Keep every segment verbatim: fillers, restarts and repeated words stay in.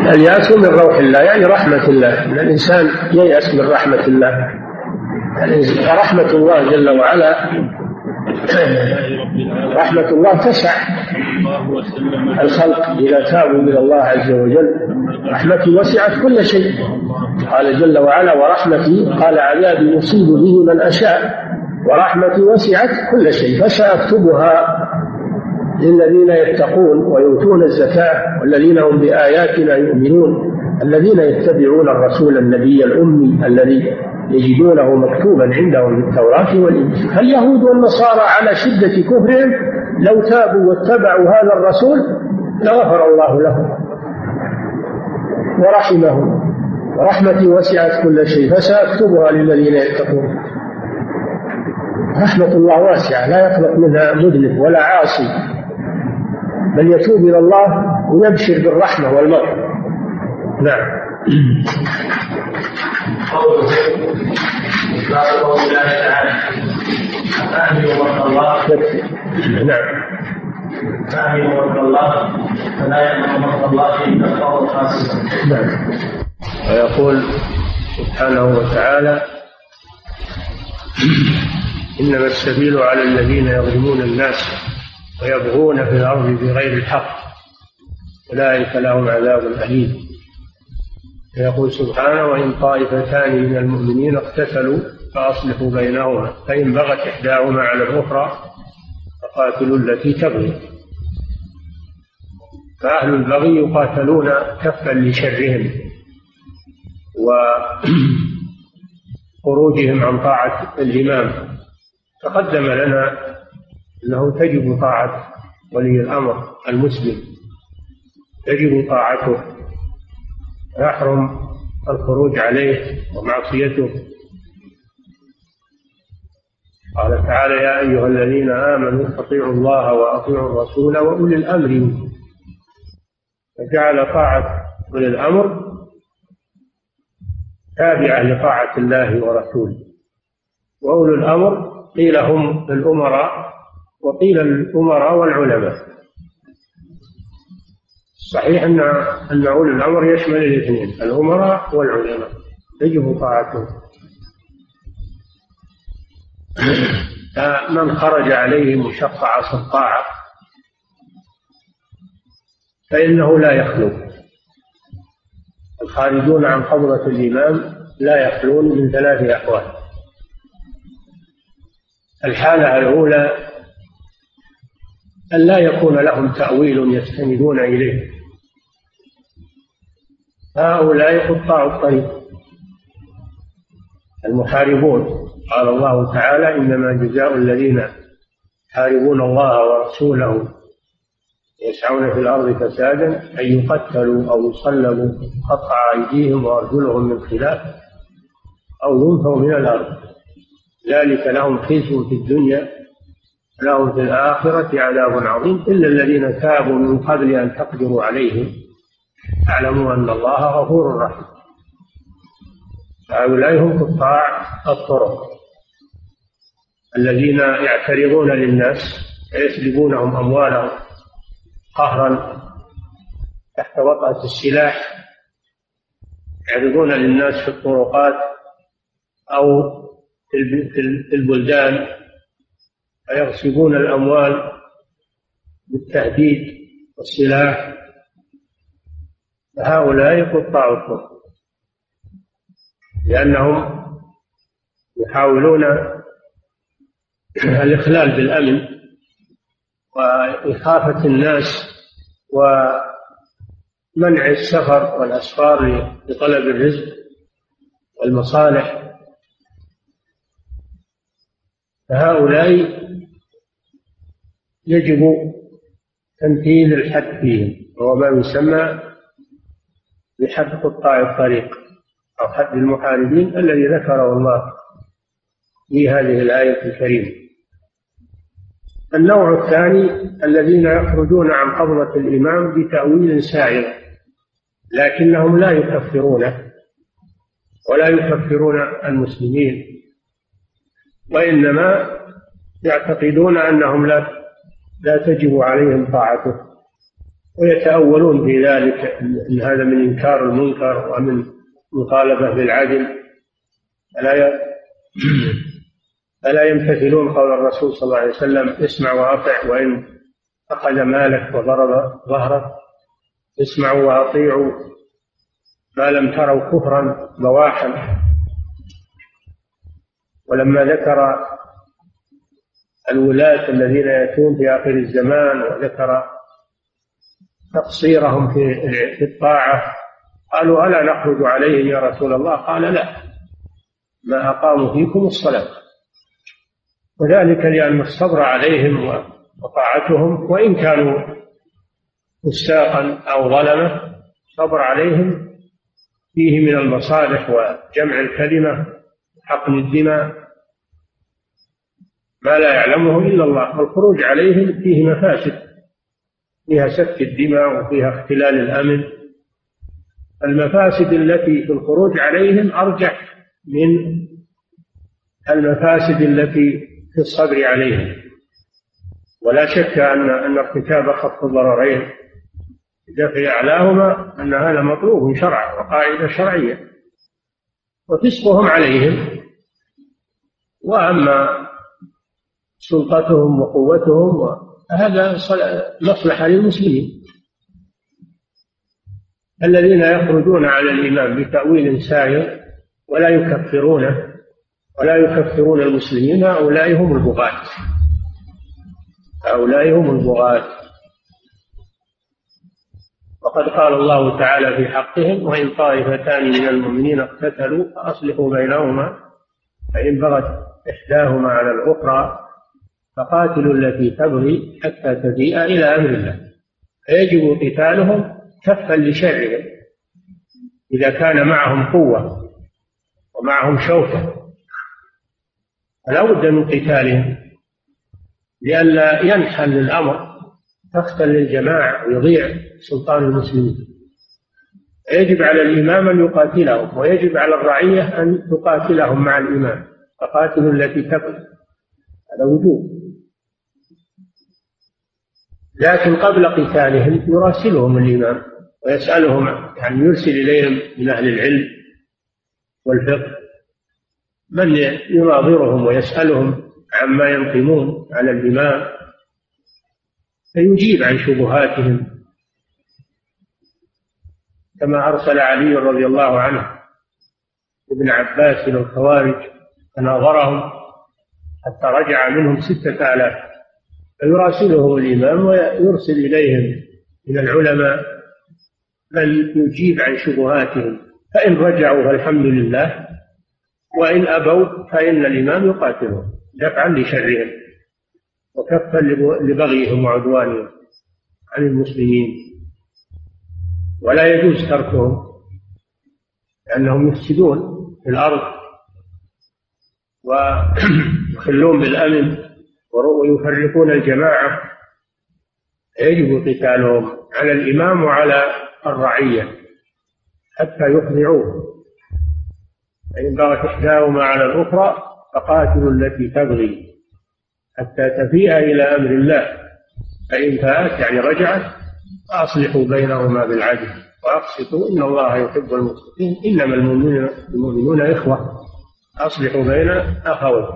اليأس من روح الله يعني رحمة الله، أن الإنسان ييأس من رحمة الله. رحمة الله جل وعلا رحمة الله تسع الخلق إذا تابوا إلى الله عز وجل. رحمتي وسعت كل شيء، قال جل وعلا ورحمتي قال عذابي يصيب به من أشاء ورحمتي وسعت كل شيء فسأكتبها للذين يتقون ويؤتون الزكاة والذين هم بآياتنا يؤمنون الذين يتبعون الرسول النبي الأمي الذي يجدونه مكتوبا عندهم في التوراة والإنجيل. فاليهود والنصارى على شدة كفرهم لو تابوا واتبعوا هذا الرسول لغفر الله لهم ورحمهم، ورحمتي وسعت كل شيء فسأكتبها للذين يتقون. رحمة الله واسعة لا يقلق منها مذنب ولا عاصي، بل يتوب إلى الله ويبشر بالرحمة والمغفرة. نعم. قوله قال الله تعالى آمنوا وفق الله. نعم. آمنوا وفق الله فلا يأمن وفق الله إلا القوم الفاسقون. نعم. ويقول سبحانه وتعالى إنما السبيل على الذين يظلمون الناس ويبغون في الأرض بغير الحق أولئك لهم عذاب أليم. ويقول سبحانه وإن طائفتان من المؤمنين اقتتلوا فأصلحوا بينهما فإن بغت إحداهما على الأخرى فقاتلوا التي تبغي. فأهل البغي يقاتلون كفا لشرهم وخروجهم عن طاعة الإمام. تقدم لنا أنه تجب طاعة ولي الأمر المسلم، تجب طاعته، يحرم الخروج عليه ومعصيته. قال تعالى يا أيها الذين آمنوا أطيعوا الله وأطيعوا الرسول وأولي الأمر منكم. فجعل طاعة أولي الأمر تابعة لطاعة الله ورسوله. وأولي الأمر قيل هم الأمراء وقيل الأمراء والعلماء. صحيح أن أن أولي الأمر يشمل الاثنين الأمراء والعلماء يجب طاعتهم. من خرج عليه مشق عصى الطاعة فإنه لا يخلو. الخارجون عن قبضة الإمام لا يخلون من ثلاث أحوال. الحالة الأولى أن لا يكون لهم تأويل يستندون إليه، هؤلاء قطاع الطريق المحاربون. قال الله تعالى إنما جزاء الذين يحاربون الله ورسوله يسعون في الأرض فسادا أن يقتلوا أو يصلبوا قطع أيديهم وأرجلهم من خلاف أو ينفوا من الأرض ذلك لهم خزي في الدنيا لهم في الآخرة عذاب عظيم إلا الذين تابوا من قبل أن تقدروا عليهم اعلموا أن الله غفور رحيم. هؤلاء هم قطاع الطرق الذين يعترضون للناس ويسلبونهم أموالهم قهرا تحت وطأة السلاح، يعرضون للناس في الطرقات أو في البلدان ويغصبون الأموال بالتهديد والسلاح. فهؤلاء قطاع الطرق لأنهم يحاولون الإخلال بالأمن وإخافة الناس ومنع السفر والأسفار لطلب الرزق والمصالح. فهؤلاء يجب تمثيل الحد فيهم وهو ما يسمى بحد قطاع الطريق أو حد المحاربين الذي ذكره الله في هذه الآية الكريمة. النوع الثاني الذين يخرجون عن قبضة الإمام بتأويل سائغ لكنهم لا يكفرونه ولا يكفرون المسلمين وإنما يعتقدون أنهم لا لا تجب عليهم طاعته ويتأولون في ذلك أن هذا من إنكار المنكر ومن مطالبة بالعدل، فلا فلا يمتثلون قول الرسول صلى الله عليه وسلم: اسمع وأطع، وإن أخذ مالك وضرب ظهرك اسمعوا وأطيعوا ما لم تروا كفرا بواحا. ولما ذكر الولاة الذين يأتون في آخر الزمان وذكر تقصيرهم في الطاعة قالوا: ألا نخرج عليهم يا رسول الله؟ قال: لا، ما أقاموا فيكم الصلاة. وذلك لأن الصبر عليهم وطاعتهم وإن كانوا فساقا أو ظلمة، صبر عليهم فيه من المصالح وجمع الكلمة وحقن الدماء ما لا يعلمه إلا الله. والخروج عليهم فيه مفاسد، فيها سفك الدماء وفيها اختلال الأمن. المفاسد التي في الخروج عليهم أرجح من المفاسد التي في الصبر عليهم. ولا شك أن أن ارتكاب أخف الضررين دفع أعلاهما أن هذا مطلوب شرعا وقاعدة شرعية. وفسقهم عليهم، وأما سلطتهم وقوتهم هذا مصلحة للمسلمين. الذين يخرجون على الإمام بتأويل سائر ولا يكفرونه ولا يكفرون المسلمين هؤلاء هم البغاة، هؤلاء هم البغاة. وقد قال الله تعالى في حقهم: وإن طائفتان من المؤمنين اقتتلوا فأصلحوا بينهما فإن بغت إحداهما على الأخرى فقاتلوا التي تبغي حتى تفيء إلى أمر الله، فيجب قتالهم كفا لشرهم إذا كان معهم قوة ومعهم شوكة، فلا بد من قتالهم لئلا ينحل الأمر، تختل الجماعة ويضيع سلطان المسلمين. يجب على الإمام أن يقاتلهم، ويجب على الرعية أن تقاتلهم مع الإمام، فقاتلوا التي تبغي، هذا وجوب. لكن قبل قتالهم يراسلهم الإمام ويسألهم، يعني يرسل إليهم من أهل العلم والفقه من يناظرهم ويسألهم عما ينقمون على الإمام فيجيب عن شبهاتهم، كما أرسل علي رضي الله عنه ابن عباس إلى الخوارج فناظرهم حتى رجع منهم ستة آلاف، فيراسلهم الإمام ويرسل إليهم من العلماء من يجيب عن شبهاتهم، فإن رجعوا فالحمد لله، وإن أبوا فإن الإمام يقاتلهم دفعا لشرهم وكفا لبغيهم وعدوانهم عن المسلمين. ولا يجوز تركهم لأنهم يفسدون في الأرض ويخلون بالأمن ويفرقون الجماعة، يجب قتالهم على الإمام وعلى الرعية حتى يخضعوه. فإن بغت إحداهما على الأخرى فقاتلوا التي تبغي حتى تفيء إلى أمر الله، فإن فاءت يعني رجعت فأصلحوا بينهما بالعدل وأقسطوا إن الله يحب المقسطين، إنما المؤمنون المؤمنون إخوة أصلحوا بين أخويكم.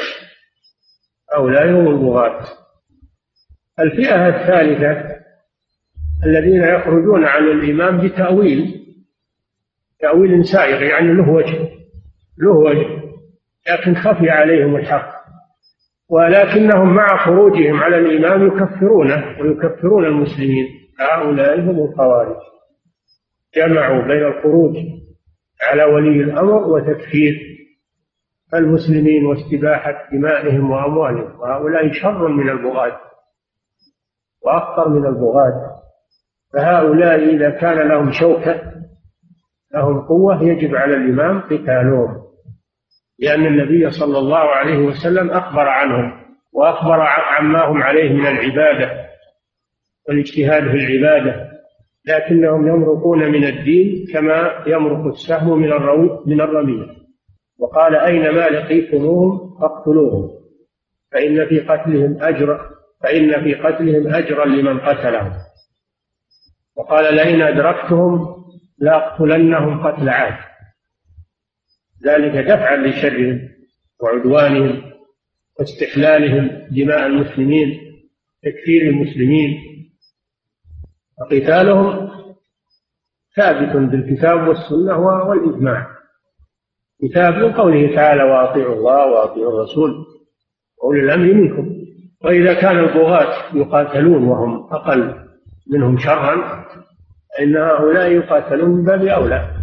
هؤلاء هم البغاة. الفئة الثالثة الذين يخرجون عن الإمام بتأويل، تأويل سائغ يعني له وجه له وجه لكن خفي عليهم الحق، ولكنهم مع خروجهم على الإمام يكفرونه ويكفرون المسلمين، هؤلاء هم الخوارج. جمعوا بين الخروج على ولي الأمر وتكفير المسلمين واستباحة دمائهم وأموالهم، وهؤلاء شر من البغاة وأخطر من البغاة. فهؤلاء إذا كان لهم شوكة لهم قوة يجب على الإمام قتالهم، لأن النبي صلى الله عليه وسلم أخبر عنهم وأخبر عما هم عليه من العبادة والاجتهاد في العبادة، لكنهم يمرقون من الدين كما يمرق السهم من من الرمية. وقال: أينما لقيتموهم فاقتلوهم فإن في قتلهم أجر فإن في قتلهم أجرا لمن قتلهم. وقال لئن أدركتهم لأقتلنهم قتل عاد، ذلك دفعا لشرهم وعدوانهم واستحلالهم دماء المسلمين، تكفير المسلمين، وقتالهم ثابت بالكتاب والسنة والإجماع. كتاب من قوله تعالى وأطيعوا الله وأطيعوا الرسول وأولي الأمر منكم. وإذا كان البغاة يقاتلون وهم أقل منهم شرا فإن هؤلاء يقاتلون من باب أولى،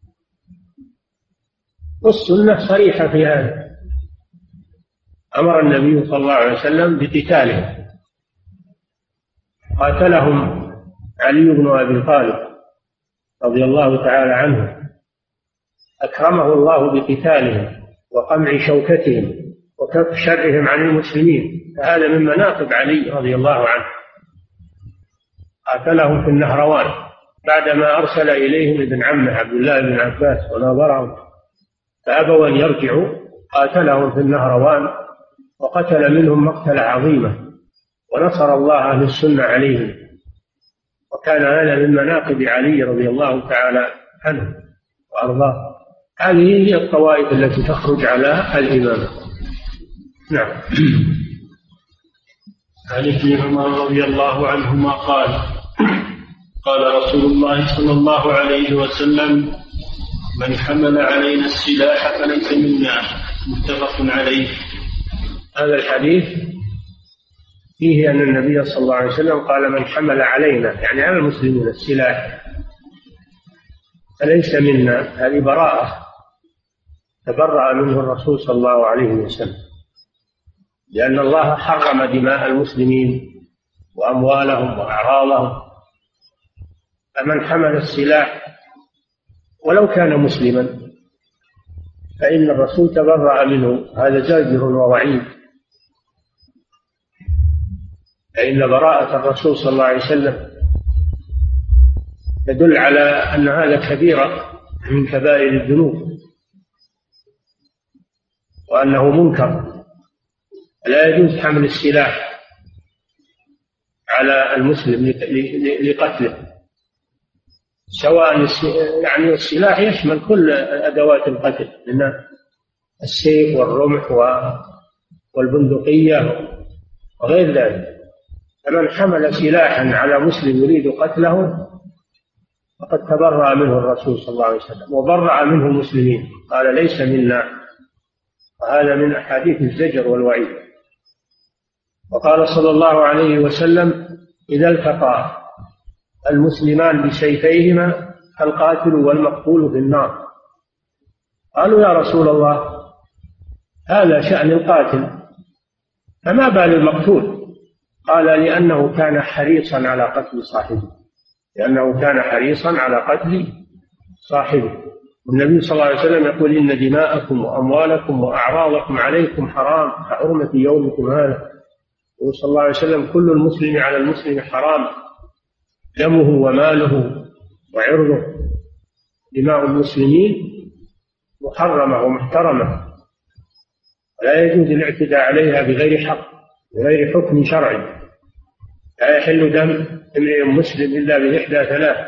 والسنة صريحة في هذا. أمر النبي صلى الله عليه وسلم بقتالهم، قاتلهم علي بن أبي طالب رضي الله تعالى عنه، أكرمه الله بقتالهم وقمع شوكتهم وكف شرهم عن المسلمين، فهذا من مناقب علي رضي الله عنه. قاتلهم في النهروان بعدما أرسل إليهم ابن عمه عبد الله بن عباس وناظرهم فأبوا أن يرجعوا، قاتلهم في النهروان وقتل منهم مقتلة عظيمة، ونصر الله أهل السنة عليهم، وكان هذا من مناقب علي رضي الله تعالى عنه وأرضاه. هذه هي الطوائف التي تخرج على الإمامة. نعم. عن ابن عمر رضي الله عنهما قال قال رسول الله صلى الله عليه وسلم من حمل علينا السلاح فليس منا، متفق عليه. هذا الحديث فيه أن النبي صلى الله عليه وسلم قال من حمل علينا، يعني على المسلمين، السلاح فليس منا، هذه براءة تبرأ منه الرسول صلى الله عليه وسلم، لأن الله حرم دماء المسلمين وأموالهم وأعراضهم. فمن حمل السلاح ولو كان مسلما فإن الرسول تبرأ منه، هذا زاجر ووعيد، فإن براءة الرسول صلى الله عليه وسلم تدل على أن هذا كبيرة من كبائر الذنوب وأنه منكر. لا يجوز حمل السلاح على المسلم لقتله، سواء يعني السلاح يشمل كل أدوات القتل، لأن السيف والرمح والبندقية وغير ذلك. فمن حمل سلاحا على مسلم يريد قتله فقد تبرأ منه الرسول صلى الله عليه وسلم وبرأ منه المسلمين، قال ليس منا، وهذا من أحاديث الزجر والوعيد. وقال صلى الله عليه وسلم إذا التقى المسلمان بسيفيهما القاتل والمقتول في النار. قالوا يا رسول الله هذا شأن القاتل، فما بال المقتول؟ قال لأنه كان حريصا على قتل صاحبه، لأنه كان حريصا على قتل صاحبه. والنبي صلى الله عليه وسلم يقول إن دماءكم وأموالكم وأعراضكم عليكم حرام كحرمة يومكم هذا. وصلى الله عليه وسلم كل المسلم على المسلم حرام، دمه وماله وعرضه. دماء المسلمين محرمة ومحترمة، لا يجوز الاعتداء عليها بغير حق، بغير حكم شرعي. لا يحل دم امرئ مسلم إلا بإحدى ثلاث: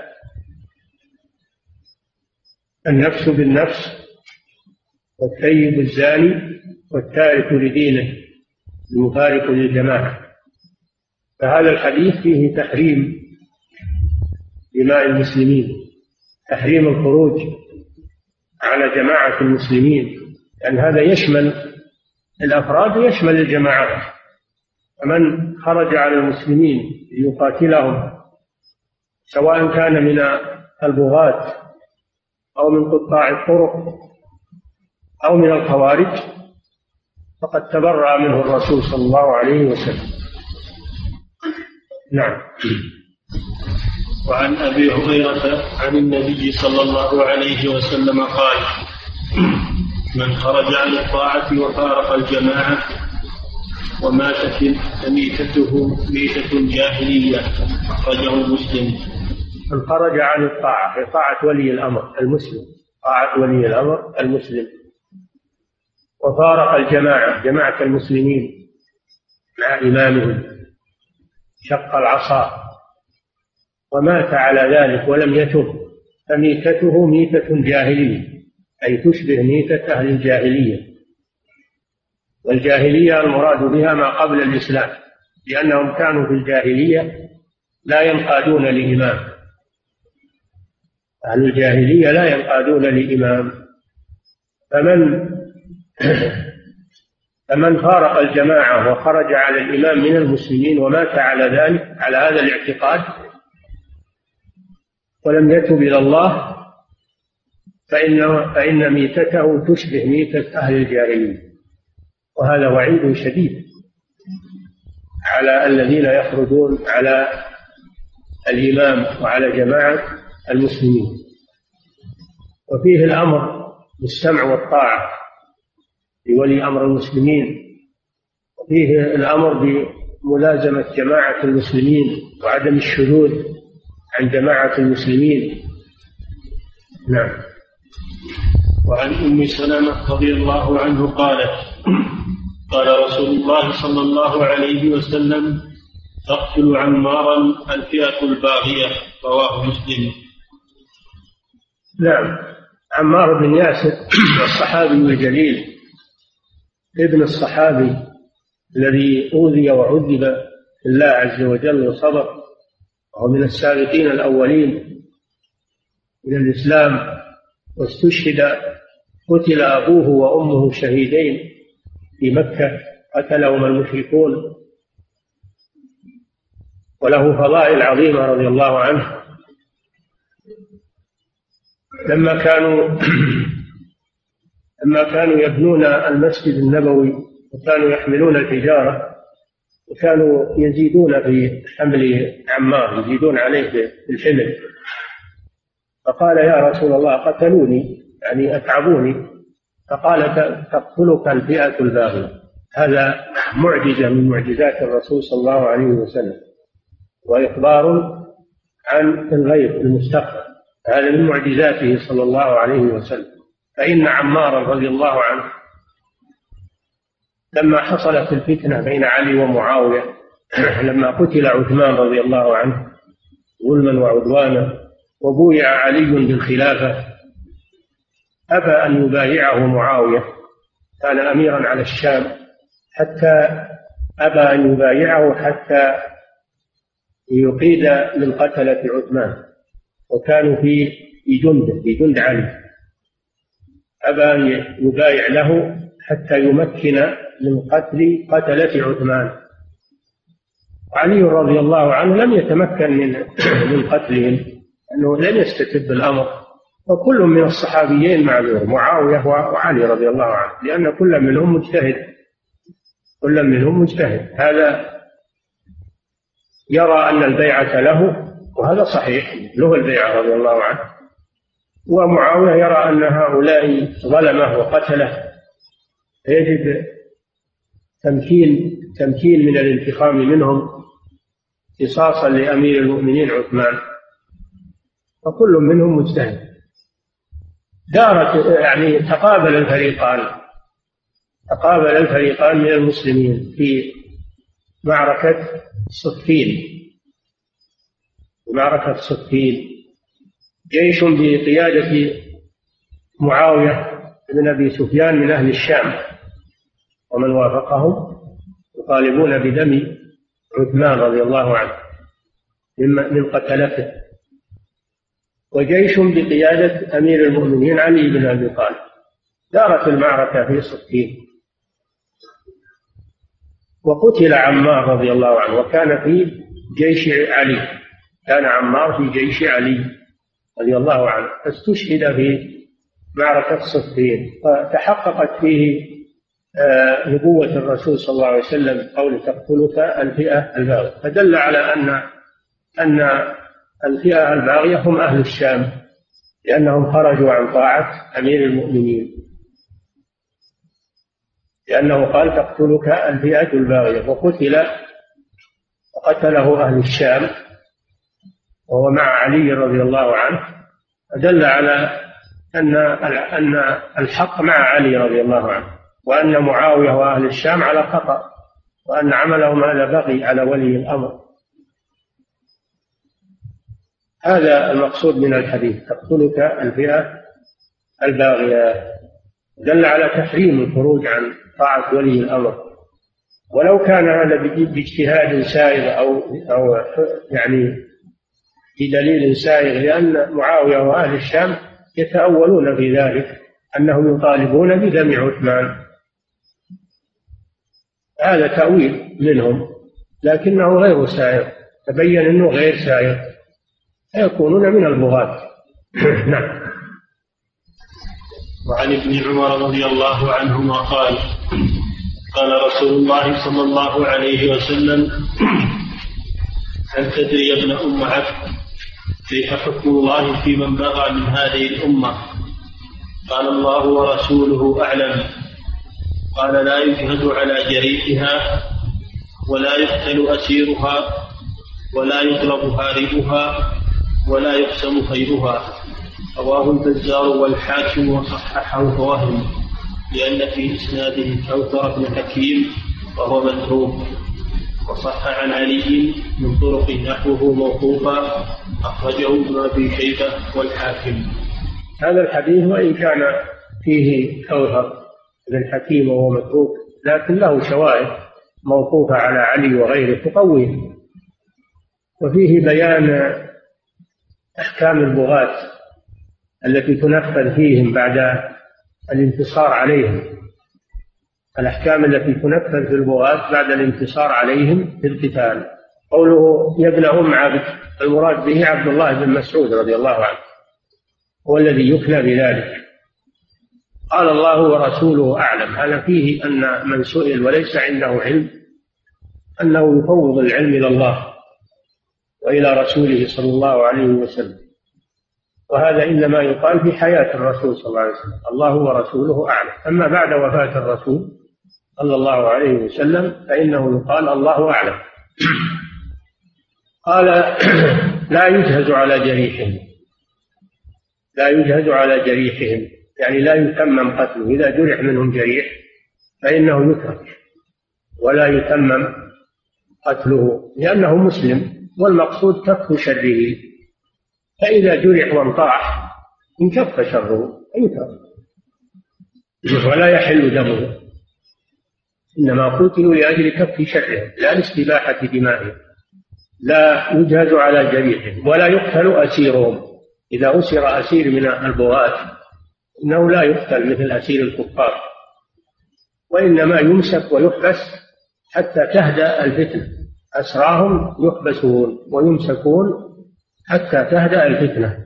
النفس بالنفس، والثيب الزاني، والتارك لدينه المفارق للجماعة. فهذا الحديث فيه تحريم دماء المسلمين، تحريم الخروج على جماعة المسلمين، لأن هذا يشمل الأفراد ويشمل الجماعات. فمن خرج على المسلمين ليقاتلهم سواء كان من البغاة أو من قطاع الطرق أو من الخوارج فقد تبرأ منه الرسول صلى الله عليه وسلم. نعم. وعن أبي هريرة عن النبي صلى الله عليه وسلم قال من خرج عن الطاعة وفارق الجماعة وماتت ميتته ميتة جاهلية، أخرجه مسلم. من خرج عن الطاعة، طاعة ولي الأمر المسلم، طاعة ولي الأمر المسلم، وفارق الجماعة، جماعة المسلمين مع إمامهم، شق العصا ومات على ذلك ولم يتب فميتته ميتة جاهلية، أي تشبه ميتة أهل الجاهلية. والجاهلية المراد بها ما قبل الإسلام، لأنهم كانوا في الجاهلية لا ينقادون لإمام. أهل الجاهلية لا ينقادون لإمام. فمن فمن فارق الجماعة وخرج على الإمام من المسلمين ومات على ذلك، على هذا الاعتقاد، ولم يتب إلى الله، فإن, فإن ميتته تشبه ميتة أهل الجاهلية. وهذا وعيد شديد على الذين يخرجون على الإمام وعلى جماعة المسلمين. وفيه الأمر بالسمع والطاعة لولي أمر المسلمين، وفيه الأمر بملازمة جماعة المسلمين وعدم الشذوذ عن جماعة المسلمين. نعم. وعن أم سلمة رضي الله عنه قالت: قال رسول الله صلى الله عليه وسلم: تقتل عمارا الفئة الباغية. رواه مسلم. نعم. عمار بن ياسر الصحابي الجليل ابن الصحابي الذي أوذي وعذب الله عز وجل وصبر، وهو من السابقين الأولين إلى الإسلام، واستشهد قتل أبوه وأمه شهيدين في مكة، قتلهما المشركون، وله فضائل عظيمة رضي الله عنه. لما كانوا لما كانوا يبنون المسجد النبوي وكانوا يحملون الحجارة، وكانوا يزيدون في حمل عمار، يزيدون عليه في الحمل، فقال: يا رسول الله قتلوني، يعني أتعبوني. فقال: تقتلك الفئة الباغية. هذا معجزة من معجزات الرسول صلى الله عليه وسلم، وإخبار عن الغيب المستقبل، هذا من معجزاته صلى الله عليه وسلم. فإن عمارا رضي الله عنه لما حصلت الفتنة بين علي ومعاوية، لما قتل عثمان رضي الله عنه ظلما وعدوانا وبويع علي بالخلافة، أبى أن يبايعه معاوية، كان أميرا على الشام، حتى أبى أن يبايعه حتى يقيد من قتلة عثمان، وكانوا في جنده في جند علي، أبى أن يبايع له حتى يمكن من قتل قتلة عثمان. علي رضي الله عنه لم يتمكن من من قتلهم، أنه لم يستتب الأمر، وكل من الصحابيين معذور، معاوية وعلي رضي الله عنه، لأن كل منهم مجتهد كل منهم مجتهد هذا يرى أن البيعة له، وهذا صحيح، له البيعة رضي الله عنه، ومعاوية يرى أن هؤلاء ظلمه وقتله، فيجب تمكين تمكين من الانتقام منهم قصاصا لأمير المؤمنين عثمان، فكل منهم مجتهد. دارت يعني تقابل الفريقان تقابل الفريقان من المسلمين في معركة صفين معركة صفين جيش بقيادة معاوية بن أبي سفيان من أهل الشام ومن وافقهم يطالبون بدم عثمان رضي الله عنه من قتلته، وجيش بقيادة أمير المؤمنين علي بن أبي طالب. دارت المعركة في صفين، وقتل عمار رضي الله عنه، وكان في جيش علي كان عمار في جيش علي رضي الله عنه، فاستشهد في معركة صفين، فتحققت فيه نبوة الرسول صلى الله عليه وسلم قول تقتلك الفئة الباغية، فدل على أن أن الفئة الباغية هم أهل الشام، لأنهم خرجوا عن طاعة أمير المؤمنين، لأنه قال تقتلك الفئة الباغية، وقتل وقتله أهل الشام وهو مع علي رضي الله عنه، فدل على أن أن الحق مع علي رضي الله عنه، وأن معاوية وأهل الشام على خطأ، وأن عملهم هذا بغي على ولي الأمر. هذا المقصود من الحديث: تقتلك الفئة الباغية. دل على تحريم الخروج عن طاعة ولي الأمر، ولو كان هذا باجتهاد سائغ أو أو يعني بدليل سائغ، لأن معاوية وأهل الشام يتأولون في ذلك أنهم يطالبون بدم عثمان. هذا تأويل منهم لكنه غير سائغ، تبين أنه غير سائغ، فيكونون من البغاة. نعم. وعن ابن عمر رضي الله عنهما قال: قال رسول الله صلى الله عليه وسلم: هل تدري يا ابن أم عبد كيف حكم الله في من بغى من هذه الأمة؟ قال: الله ورسوله أعلم. قال: لا يجهز على جريحها، ولا يقتل أسيرها، ولا يطلب هاربها، ولا يقسم خيرها. رواه البزار والحاكم وصححه فوهم، لأن في إسناده كوثر بن حكيم وهو متروك. وصح عن علي من طرق نحوه موقوفا، أخرجه ابن أبي شيبة والحاكم. هذا الحديث وإن كان فيه كوثر بن حكيم وهو متروك، لكن له شواهد موقوفة على علي وغيره تقويه، وفيه بيان أحكام البغاة التي تنفذ فيهم بعد الانتصار عليهم، الأحكام التي تنفذ في البغاة بعد الانتصار عليهم في القتال. قوله يا ابن أم عبد، المراد به عبد الله بن مسعود رضي الله عنه، هو الذي يكنى بذلك. قال: الله ورسوله أعلم. هذا فيه أن من سئل وليس عنده علم أنه يفوض العلم إلى الله وإلى رسوله صلى الله عليه وسلم، وهذا إنما يقال في حياة الرسول صلى الله عليه وسلم: الله ورسوله أعلم. أما بعد وفاة الرسول صلى الله عليه وسلم فإنه يقال: الله أعلم. قال: لا يجهز على جريحهم، لا يجهز على جريحهم يعني لا يتمم قتله. إذا جرح منهم جريح فإنه يترك ولا يتمم قتله، لأنه مسلم والمقصود كف شره، فإذا جرح وانطاح انكف شره يترك ولا يحل دمه، إنما قتلوا لأجل كف شرهم لا لاستباحة دمائهم. لا يجهز على جريحهم ولا يقتل أسيرهم. إذا أسر أسير من البغاة إنه لا يقتل مثل أسير الكفار، وإنما يمسك ويحبس حتى تهدأ الفتنة. أسراهم يحبسون ويمسكون حتى تهدأ الفتنة،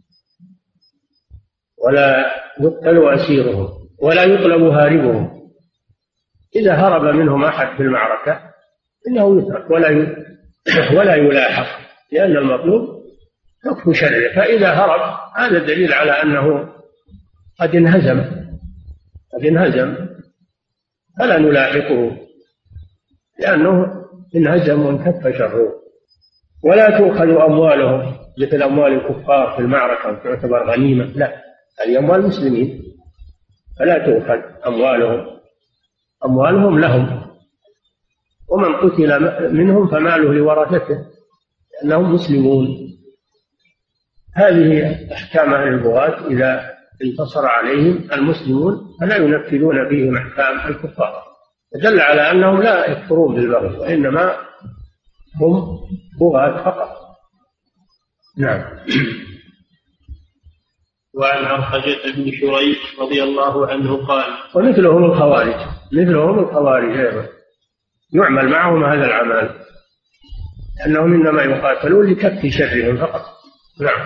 ولا يقتل أسيرهم ولا يطلب هاربهم. إذا هرب منهم أحد في المعركة إنه يترك ولا ولا يلاحق، لأن المطلوب كف شره. فإذا هرب هذا دليل على أنه قد انهزم قد انهزم فلا نلاحقه، لأنه انهزم وانكف شره. ولا تؤخذ أموالهم مثل أموال الكفار في المعركة تعتبر غنيمة، لا، هذه أموال المسلمين فلا تؤخذ أموالهم، أموالهم لهم، ومن قتل منهم فماله لورثته لأنهم مسلمون. هذه أحكام أهل البغاة إذا انتصر عليهم المسلمون فلا ينفذون فيهم أحكام الكفار، دل على أنهم لا يكفرون بالبغي وإنما هم بغاة فقط. نعم. وعن عرفجة بن شريح رضي الله عنه قال: ومثلهم الخوارج مثلهم الخوارج أيضا يعمل معهم هذا العمل، لأنهم إنما يقاتلون لكف شرهم فقط. نعم.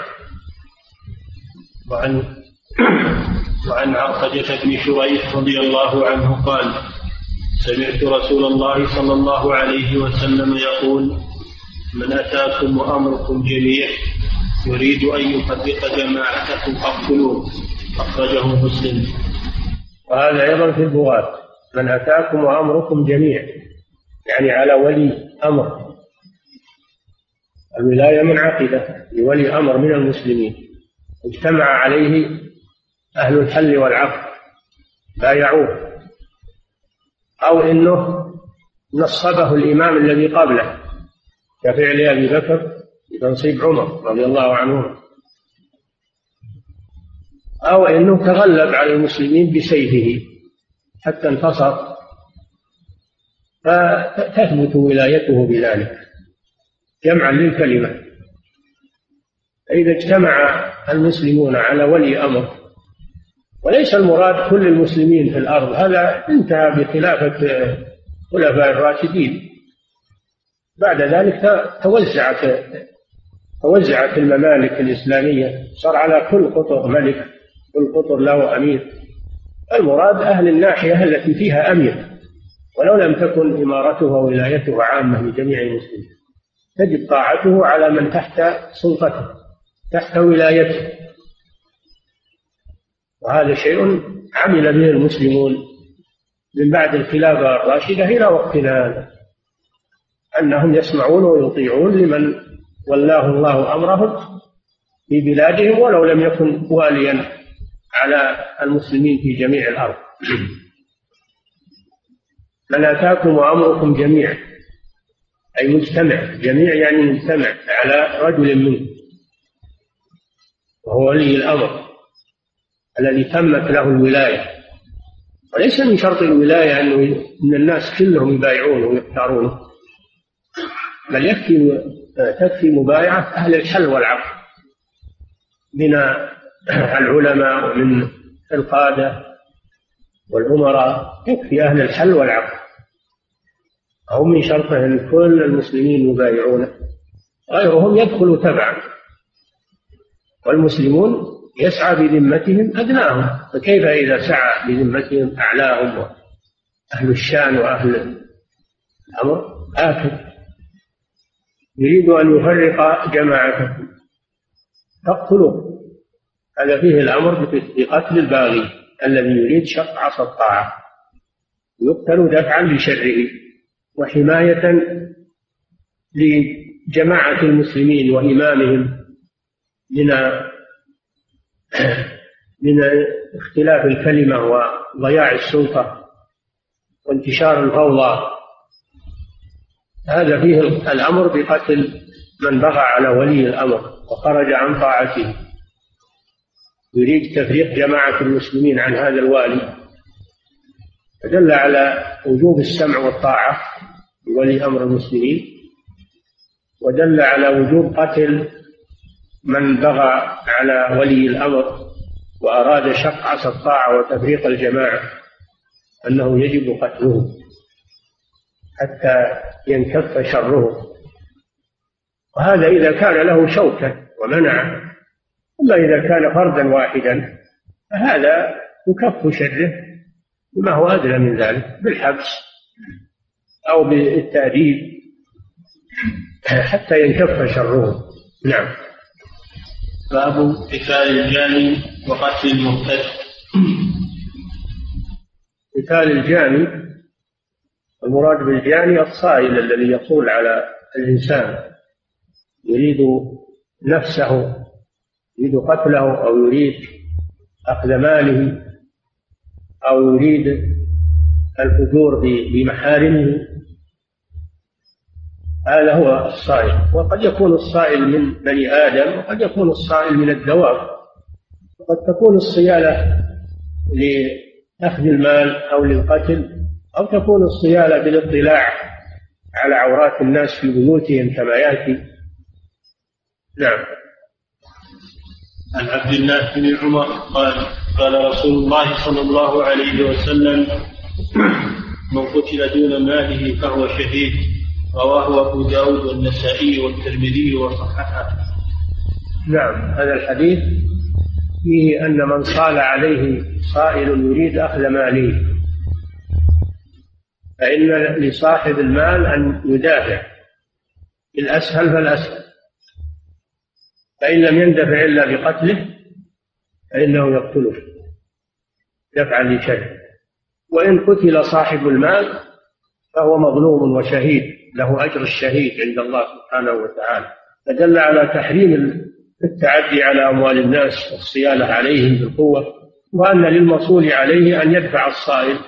وعن وعن عرفجة بن شريح رضي الله عنه قال: سمعت رسول الله صلى الله عليه وسلم يقول: من أتاكم وأمركم جميع يريد أن يفرق جماعتكم فاقتلوه. أخرجه مسلم. وهذا أيضا في البغاة: من أتاكم وأمركم جميع، يعني على ولي أمر. الولاية منعقدة لولي أمر من المسلمين اجتمع عليه أهل الحل والعقد بايعوه، أو إنه نصبه الإمام الذي قبله كفعل أبي بكر بتنصيب عمر رضي الله عنه، أو أنه تغلب على المسلمين بسيفه حتى انتصر فتثبت ولايته بذلك جمعا للكلمة. إذا اجتمع المسلمون على ولي أمر، وليس المراد كل المسلمين في الأرض، هذا انتهى بخلافة خلفاء الراشدين، بعد ذلك توزعت توزعت الممالك الإسلامية، صار على كل قطر ملك، كل قطر له أمير. المراد أهل الناحية التي فيها أمير، ولو لم تكن إمارته وولايته عامة لجميع المسلمين، تجب طاعته على من تحت سلطته تحت ولايته. وهذا شيء عمل به المسلمون من بعد الخلافة الراشدة إلى وقتنا هذا، أنهم يسمعون ويطيعون لمن ولاه الله أمرهم في بلادهم ولو لم يكن واليا على المسلمين في جميع الأرض. من أتاكم وأمركم جميعا، أي مجتمع، جميع يعني مجتمع على رجل منه، وهو ولي الأمر الذي تمت له الولاية. وليس من شرط الولاية أن الناس كلهم يبايعونه ويختارونه، بل يكفي تكفي مبايعة أهل الحل والعقد من العلماء ومن القادة والأمراء، يكفي أهل الحل والعقد، أو من شرطه أن كل المسلمين يبايعونه، غيرهم يدخل تبعا، والمسلمون يسعى بذمتهم أدناهم، فكيف إذا سعى بذمتهم أعلاهم وأهل الشان وأهل الأمر؟ آكد يريد أن يفرق جماعتكم فاقتلوه، هذا فيه الأمر بقتل الباغي الذي يريد شق عصا الطاعة، يقتل دفعا لشره وحماية لجماعة المسلمين وإمامهم من من اختلاف الكلمة وضياع السلطة وانتشار الفوضى. هذا فيه الأمر بقتل من بغى على ولي الأمر وخرج عن طاعته، يريد تفريق جماعة المسلمين عن هذا الوالي، فدل على وجوب السمع والطاعة لولي أمر المسلمين، ودل على وجوب قتل من بغى على ولي الأمر وأراد شق عصا الطاعة وتفريق الجماعة، أنه يجب قتله حتى ينكف شره، وهذا إذا كان له شوكة ومنع. أما إذا كان فردا واحدا فهذا يكف شره بما هو أدنى من ذلك، بالحبس أو بالتأديب حتى ينكف شره. نعم. باب قتال الجاني وقتل المرتد. قتال الجاني، المراد بالجاني الصائل الذي يصول على الإنسان، يريد نفسه، يريد قتله أو يريد أخذ ماله أو يريد الفجور بمحارمه، هذا هو الصائل. وقد يكون الصائل من بني آدم وقد يكون الصائل من الدواب، وقد تكون الصيالة لأخذ المال أو للقتل، أو تكون الصيالة بالاطلاع على عورات الناس في بيوتهم كما يأتي. نعم. عن عبد الله بن عمر قال قال رسول الله صلى الله عليه وسلم: من قتل دون ماله فهو شهيد. رواه أبو داود والنسائي والترمذي وصححه. نعم. هذا الحديث فيه أن من صال عليه صائل يريد أخذ ماله فإن لصاحب المال أن يدافع الأسهل فالأسهل، فإن لم يندفع إلا بقتله فإنه يقتله دفعا لشره. وإن قتل صاحب المال فهو مظلوم وشهيد، له أجر الشهيد عند الله سبحانه وتعالى. فدل على تحريم التعدي على أموال الناس والصيانة عليهم بالقوة، وأن للمصول عليه أن يدفع الصائل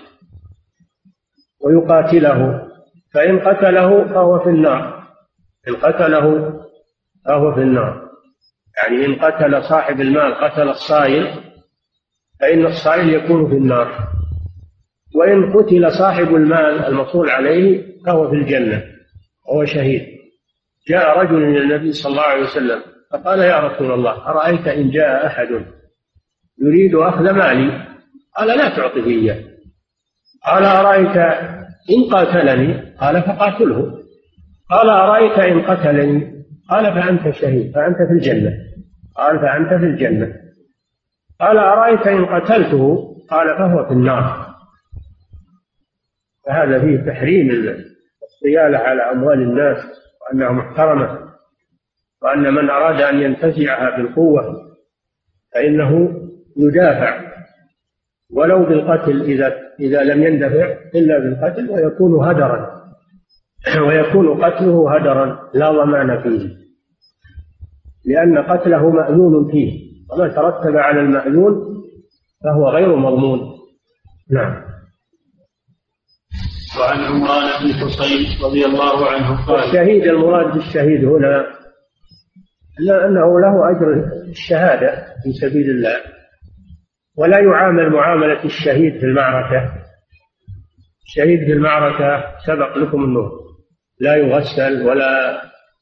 ويقاتله، فإن قتله فهو في النار، إن قتله فهو في النار. يعني إن قتل صاحب المال قتل الصائل فإن الصائل يكون في النار، وإن قتل صاحب المال المصول عليه فهو في الجنة وهو شهيد. جاء رجل إلى النبي صلى الله عليه وسلم فقال: يا رسول الله، أرأيت إن جاء أحد يريد أخذ مالي؟ قال: لا تعطه إياه. قال: أرأيت إن قاتلني؟ قال: فقاتله. قال: أرأيت إن قتلني؟ قال: فأنت شهيد، فأنت في الجنة. قال: فأنت في الجنة. قال: أرأيت إن قتلته؟ قال: فهو في النار. فهذا فيه تحريم الصيانة على أموال الناس، وأنها محترمة، وأن من أراد أن ينتزعها بالقوة فإنه يدافع ولو بالقتل إذا إذا لم يندفع إلا بالقتل، ويكون هدرا ويكون قتله هدرا لا ضمان فيه، لأن قتله مأذون فيه، وما ترتب على المأذون فهو غير مضمون. نعم. وعن عمران بن حصين رضي الله عنه قال: الشهيد المراد بالشهيد هنا أنه له أجر الشهادة في سبيل الله، ولا يعامل معاملة الشهيد في المعركة. الشهيد في المعركة سبق لكم أنه لا يغسل ولا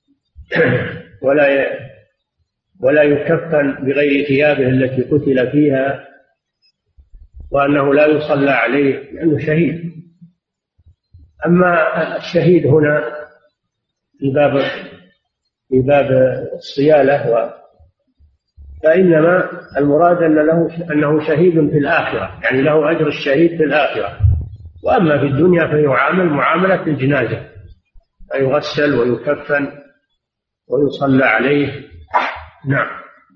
ولا ولا يكفن بغير ثيابه التي قتل فيها، وأنه لا يصلى عليه لأنه شهيد. أما الشهيد هنا في باب في باب الصيانة فإنما المراد أن له أنه شهيد في الآخرة، يعني له أجر الشهيد في الآخرة. وأما في الدنيا فيعامل معاملة الجنازة، فيغسل ويكفن ويصلى عليه. نعم.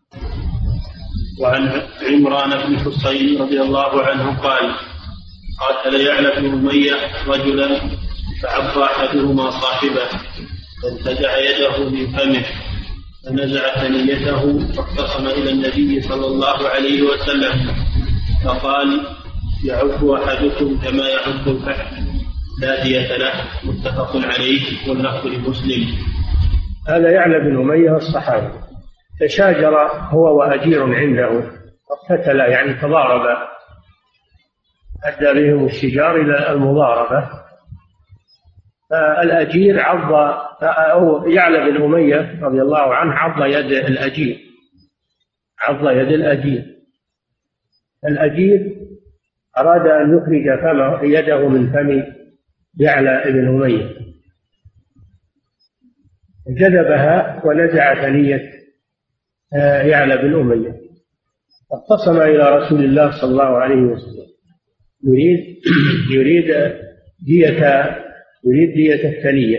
وعن عمران بن حصين رضي الله عنه قال: قاتل يعلى بن أمية رجلا فعض أحدهما صاحبه فانتزع يده من فمه فنزع ثنيته فاختصم إلى النبي صلى الله عليه وسلم فقال: يعض أحدكم كما يعض الفحل لا دية له. متفق عليه واللفظ لمسلم. هذا يعلى بن أمية الصحابي تشاجر هو وأجير عنده فاقتتلا، يعني تضاربا، أدى بهم الشجار إلى المضاربة. فالأجير عض أو يعلى بن أمية رضي الله عنه عض يد الأجير عض يد الأجير الأجير أراد أن يخرج فمه يده من فم يعلى بن أمية، جذبها ونزع ثنية يعلى بن أمية، فاختصم إلى رسول الله صلى الله عليه وسلم يريد يريد دية يريد دية الثنية.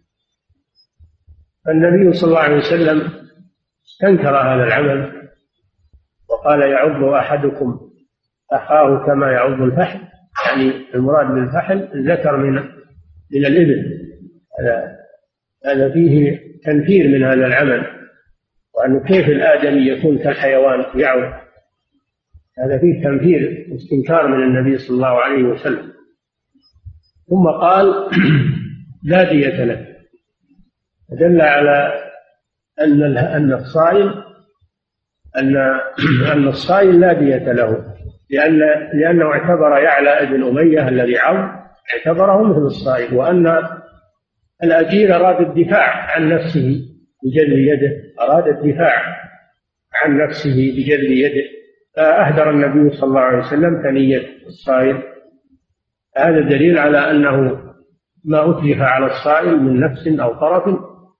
فالنبي صلى الله عليه وسلم استنكر هذا العمل وقال: يعض أحدكم أخاه كما يعض الفحل، يعني المراد بالفحل الذكر من من الإبل. هذا هذا فيه تنفير من هذا العمل، وأنه كيف الآدمي يكون كالحيوان يعض، هذا فيه تنفير واستنكار من النبي صلى الله عليه وسلم. ثم قال: لا دية له، دل على أن أن الصائل أن أن الصائل لا دية له، لأن لأنه اعتبر يعلى بن أمية الذي عض اعتبره مثل الصائل، وأن الأجير أراد الدفاع عن نفسه بجلد يده أراد الدفاع عن نفسه بجلد يده، فأهدر النبي صلى الله عليه وسلم ثنية الصائل. هذا دليل على أنه ما أتلف على الصائل من نفس أو طرف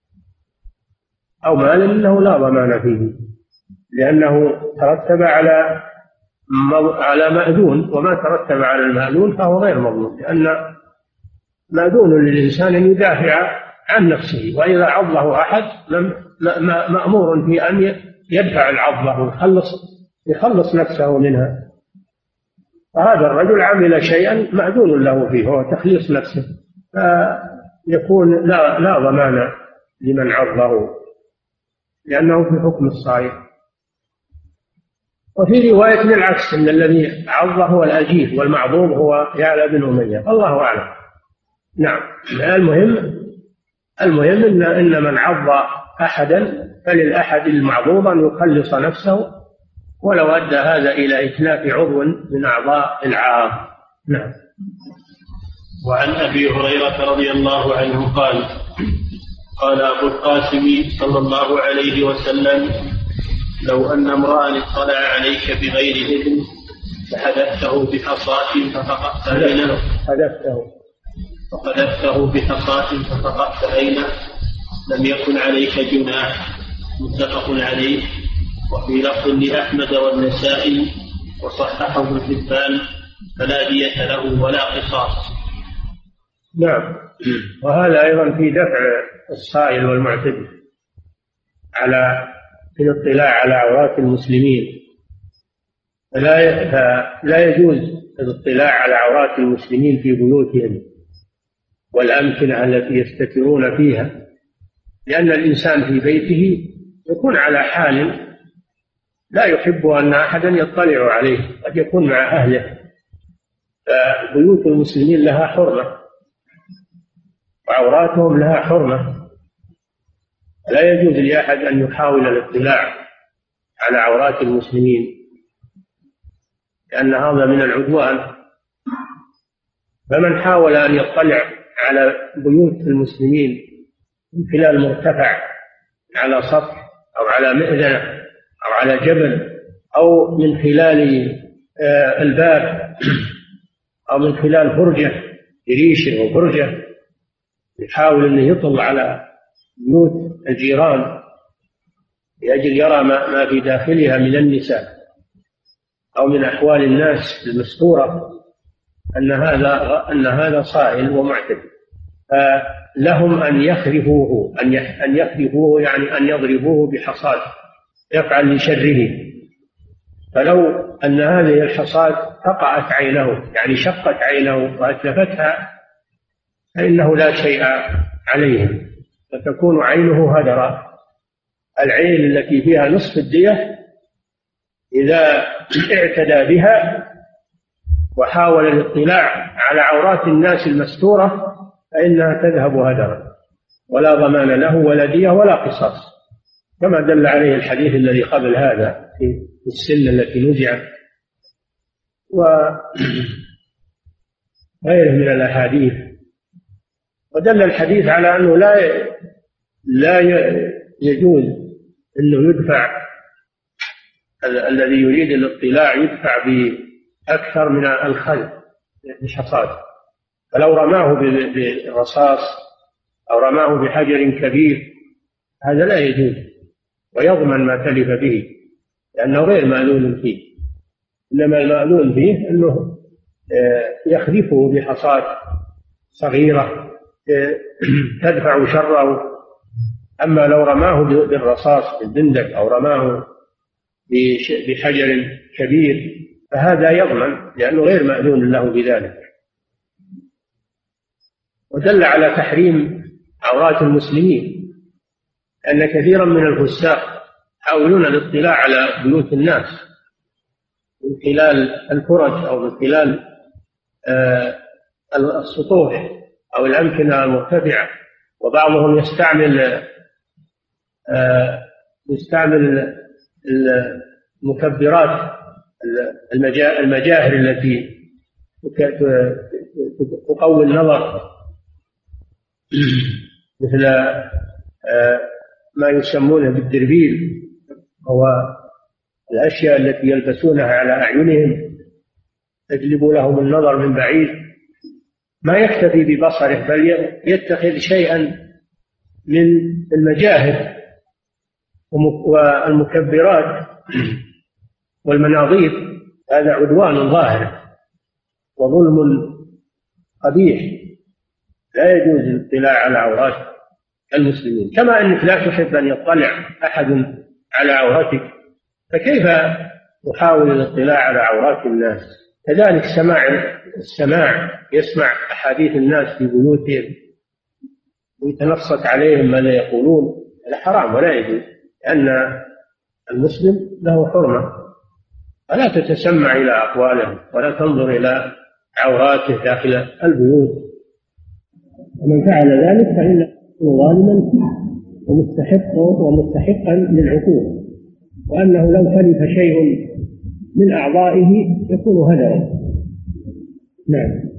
أو مال إنه لا ضمان فيه، لأنه ترتب على على مأذون، وما ترتب على المأذون فهو غير مضمون، لأن مأذون للإنسان أن يدافع عن نفسه، وإذا عضه أحد مأمور في أن يدفع العضة ويخلص يخلص نفسه منها. فهذا الرجل عمل شيئا مأذون له فيه، هو تخليص نفسه، فيكون لا, لا ضمان لمن عضه لأنه في حكم الصائل. وفي رواية بالعكس أن الذي عضه هو الأجير والمعضوب هو يعلى بن أمية، الله أعلم. نعم. المهم المهم إن, إن من عض أحدا فللأحد المعضوض أن يخلص نفسه ولو أدى هذا إلى إتلاف عضو من أعضاء العام. نعم. وعن أبي هريرة رضي الله عنه قال قال أبو القاسم صلى الله عليه وسلم لو أن امرأ اطلع عليك بغير إذن فحدثته بحصاة ففقدت عينه حدثته فقذفته بحصاة ففقدت عينه لم يكن عليك جناح. متفق عليه. وفي لفظ لأحمد والنسائي وصححه ابن حبان فلا دية له ولا قصاص. نعم. وهذا أيضا في دفع الصائل والمعتدي على في الاطلاع على عورات المسلمين. فلا لا يجوز الاطلاع على عورات المسلمين في بيوتهم والأمكنة التي يستترون فيها، لأن الإنسان في بيته يكون على حال لا يحب أن أحدا يطلع عليه، قد يكون مع أهله. فبيوت المسلمين لها حرمة وعوراتهم لها حرمة، لا يجوز لأحد أن يحاول الاطلاع على عورات المسلمين، لأن هذا من العدوان. فمن حاول أن يطلع على بيوت المسلمين من خلال مرتفع على سطح أو على مئذنة أو على جبل أو من خلال الباب أو من خلال فرجة ريشة أو فرجة، يحاول أن يطل على بيوت الجيران لأجل يرى ما في داخلها من النساء أو من أحوال الناس المستورة، أن هذا أن هذا صائل ومعتدي. فلهم أن يخرفوه أن يخرفوه يعني أن يضربوه بحصاد يفعل لشره. فلو أن هذه الحصاد فقعت عينه يعني شقت عينه وأتلفتها فإنه لا شيء عليه، فتكون عينه هدرا. العين التي فيها نصف الدية إذا اعتدى بها وحاول الاطلاع على عورات الناس المستورة فإنها تذهب هدرا ولا ضمان له ولا دية ولا قصاص، كما دل عليه الحديث الذي قبل هذا في السن التي نزعت وغيره من الأحاديث. ودل الحديث على أنه لا لا يجوز أنه يدفع الذي يريد الاطلاع يدفع بأكثر من الخل بحصاد، فلو رماه بالرصاص أو رماه بحجر كبير هذا لا يجوز ويضمن ما تلف به لأنه غير مألول فيه، إنما المألول فيه أنه يخلفه بحصاد صغيرة تدفع شره. أما لو رماه بالرصاص بالبندق أو رماه بحجر كبير فهذا يضمن لأنه غير مأذون له بذلك. ودل على تحريم عورات المسلمين أن كثيرا من الفساق يحاولون الاطلاع على بيوت الناس من خلال الفرج أو من خلال السطوح أو الأمكنة المرتفعة، وبعضهم يستعمل يستعمل المكبرات المجاهر التي تقوي النظر مثل ما يسمونه بالدربيل، هو الأشياء التي يلبسونها على أعينهم تجلب لهم النظر من بعيد، ما يكتفي ببصره بل يتخذ شيئا من المجاهر والمكبرات والمناظير. هذا عدوان ظاهر وظلم قبيح، لا يجوز الاطلاع على عورات المسلمين. كما أنك لا تحب أن يطلع أحد على عورتك فكيف تحاول الاطلاع على عورات الناس؟ كذلك سماع السماع يسمع أحاديث الناس في بيوتهم ويتنصت عليهم ماذا يقولون، هذا حرام ولا يجوز، لأن المسلم له حرمة، فلا تتسمع إلى أقوالهم ولا تنظر إلى عوراته داخل البيوت. ومن فعل ذلك فإنه ظالما ومستحق ومستحقا للعقوبة، وأنه لو تلف شيء من أعضائه يكون هدرا. نعم.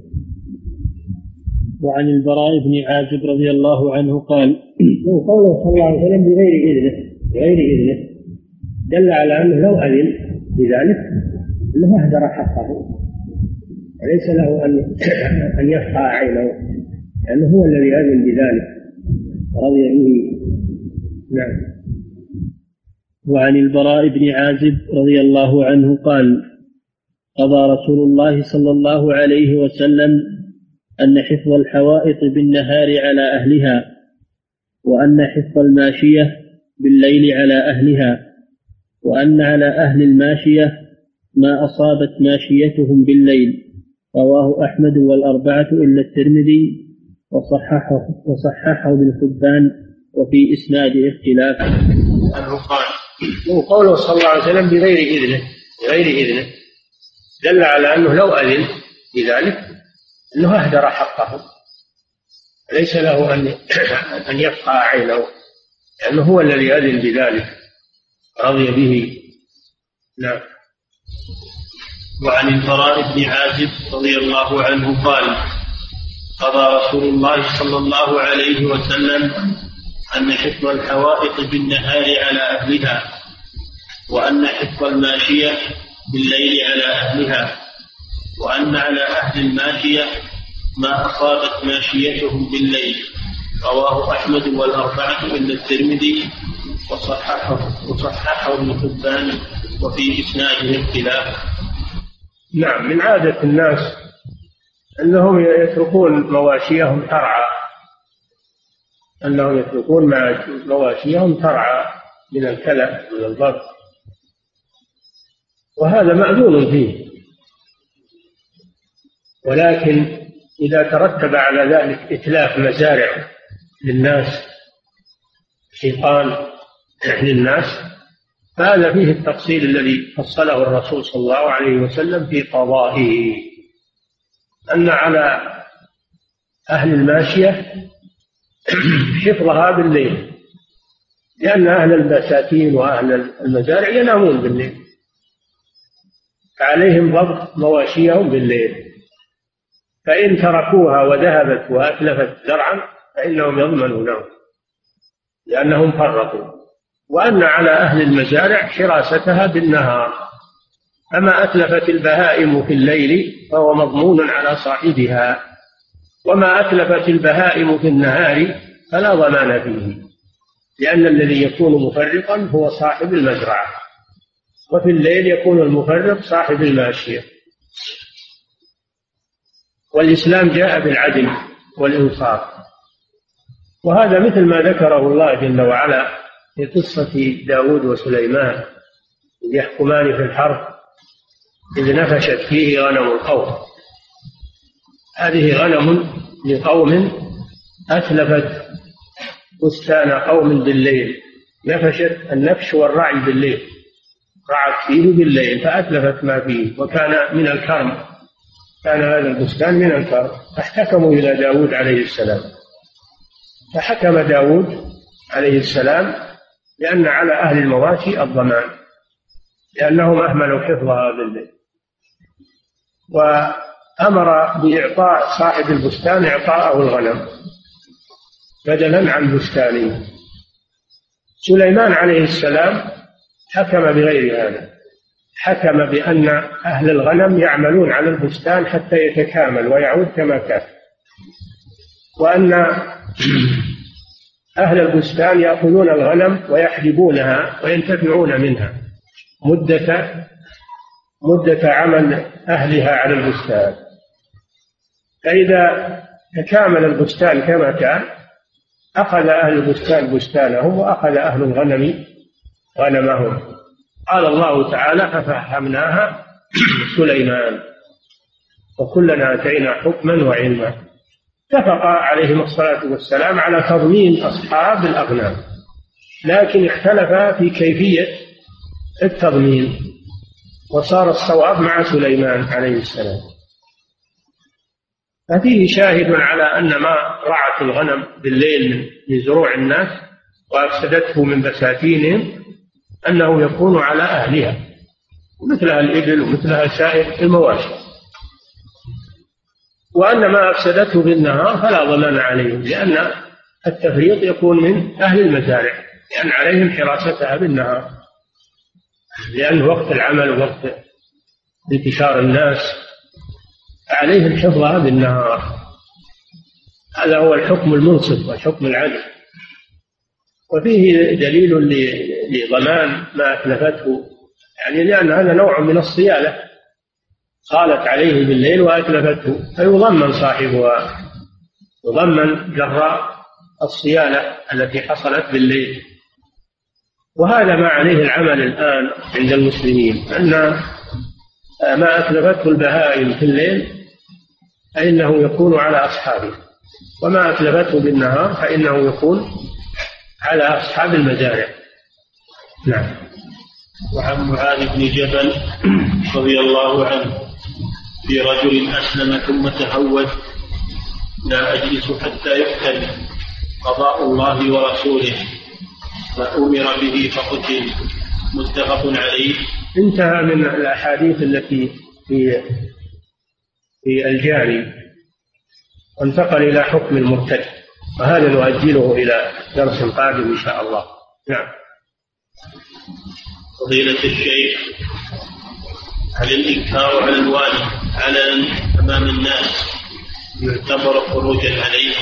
وعن البراء بن عازب رضي الله عنه قال: قوله صلى الله عليه وسلم بغير إذنه بغير إذنه دل على أنه لو أذن بذلك أنه أهدر حقه، وليس له أن أن يفقع عينه، لأنه هو الذي أذن بذلك رضي به. نعم. وعن البراء بن عازب رضي الله عنه قال: قضى رسول الله صلى الله عليه وسلم أن حفظ الحوائط بالنهار على أهلها، وأن حفظ الماشية بالليل على أهلها، وأن على أهل الماشية ما أصابت ماشيتهم بالليل. رواه أحمد والأربعة إلا الترمذي، وصححه وصححه ابن حبان، وفي إسناد اختلاف. أنه قال وقوله صلى الله عليه وسلم بغير إذنه بغير إذنه دل على أنه لو أذن بذلك أنه أهدر حقه، ليس له أن أن يفقع عينه، لأنه هو الذي أذن بذلك رضي به. نعم. وعن البراء بن عازب رضي الله عنه قال: قضى رسول الله صلى الله عليه وسلم أن حفظ الحوائط بالنهار على أهلها، وأن حفظ الماشية بالليل على أهلها، وأن على أهل الماشية ما أصابت ماشيتهم بالليل. رواه أحمد والأربعة إلا الترمذي، وصححه وصححه ابن حبان، وفي إسناده اختلاف. نعم. من عادة الناس أنهم يتركون مواشيهم ترعى أنهم يتركون مواشيهم ترعى من الكلى من البر، وهذا مأذون فيه، ولكن إذا ترتب على ذلك إتلاف مزارع للناس حيطان للناس فهذا فيه التفصيل الذي فصله الرسول صلى الله عليه وسلم في قضائه، أن على أهل الماشية حفظها بالليل، لأن أهل البساتين وأهل المزارع ينامون بالليل، فعليهم ضبط مواشيهم بالليل، فإن تركوها وذهبت وأتلفت زرعا فإنهم يضمنونه لأنهم فرطوا. وأن على أهل المزارع حراستها بالنهار، أما أتلفت البهائم في الليل فهو مضمون على صاحبها، وما أتلفت البهائم في النهار فلا ضمان فيه، لأن الذي يكون مفرطا هو صاحب المزرعة، وفي الليل يكون المفرط صاحب الماشية. والإسلام جاء بالعدل والإنصاف، وهذا مثل ما ذكره الله جل وعلا في قصة داود وسليمان يحكمان في الحرث إذ نفشت فيه غنم القوم. هذه غنم لقوم أتلفت بستان قوم بالليل، نفشت النفش والرعي بالليل، رعت فيه بالليل فأتلفت ما فيه، وكان من الكرم، كان هذا البستان من الكرم، فاحتكموا إلى داود عليه السلام، فحكم داود عليه السلام لأن على أهل المواشي الضمان، لأنهم أهملوا حفظها بالليل، وأمر بإعطاء صاحب البستان إعطاءه الغنم بدلا عن بستانه. سليمان عليه السلام حكم بغير هذا، حكم بأن أهل الغنم يعملون على البستان حتى يتكامل ويعود كما كان، وأن أهل البستان يأخذون الغنم ويحلبونها وينتفعون منها مدة مدة عمل أهلها على البستان، فإذا تكامل البستان كما كان أخذ أهل البستان بستانهم وأخذ أهل الغنم غنمهم. قال الله تعالى: ففهمناها سليمان وكلنا آتينا حكما وعلما. اتفق عليهم الصلاة والسلام على تضمين أصحاب الأغنام، لكن اختلف في كيفية التضمين، وصار الصواب مع سليمان عليه السلام. ففيه شاهد على أن ما رعت الغنم بالليل من زروع الناس وأفسدته من بساتينهم أنه يكون على أهلها مثلها الإبل ومثلها سائر المواشي، وأن ما أفسدته بالنهار فلا ضمان عليهم، لأن التفريط يكون من أهل المزارع، لأن عليهم حراستها بالنهار، لأن وقت العمل ووقت انتشار الناس عليهم حفظها بالنهار. هذا هو الحكم المنصف والحكم العدل. وفيه دليل لضمان ما أتلفته، يعني لأن هذا نوع من الصيانة، قالت عليه بالليل وأتلفته فيضمن صاحبها، يضمن جراء الصيانة التي حصلت بالليل. وهذا ما عليه العمل الآن عند المسلمين، أن ما أتلفته البهائم في الليل فإنه يكون على أصحابه، وما أتلفته بالنهار فإنه يكون على أصحاب المزارع. نعم. وعن معاذ بن جبل رضي الله عنه في رجل أسلم ثم تهود: لا أجلس حتى يقتل قضاء الله ورسوله، فأمر به فقتل. متفق عليه. انتهى من الأحاديث التي في في الجاري وانتقل إلى حكم المرتد، وهذا نؤجله إلى درس قادم إن شاء الله. نعم. فضيلة الشيخ، هل الإنكار على الوالي علنا أمام الناس يعتبر خروجا عليه؟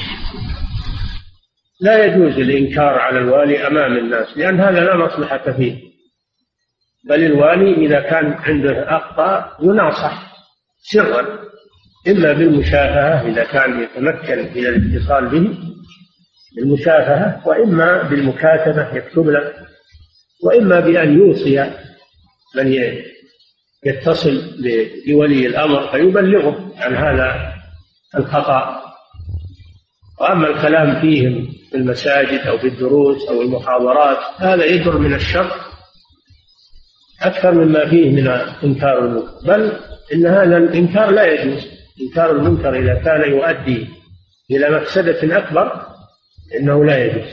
لا يجوز الإنكار على الوالي أمام الناس، لأن هذا لا مصلحة فيه، بل الوالي إذا كان عنده أخطاء يناصح سرا، إما بالمشافهة إذا كان يتمكن من الاتصال به بالمشافهة، وإما بالمكاتبة يكتب له، وإما بأن يوصي من يتصل بولي الأمر فيبلغه عن هذا الخطأ. وأما الكلام فيهم في المساجد أو في الدروس أو المحاضرات هذا يجر من الشر أكثر مما فيه من إنكار المنكر، بل إن هذا الإنكار لا يجوز. إنكار المنكر إذا كان يؤدي إلى مفسدة أكبر إنه لا يجوز،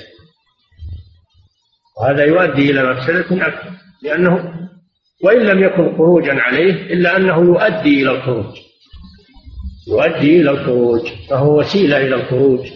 وهذا يؤدي إلى مفسدة أكبر، لأنه وإن لم يكن خروجا عليه إلا أنه يؤدي إلى الخروج، يؤدي إلى الخروج، فهو وسيلة إلى الخروج،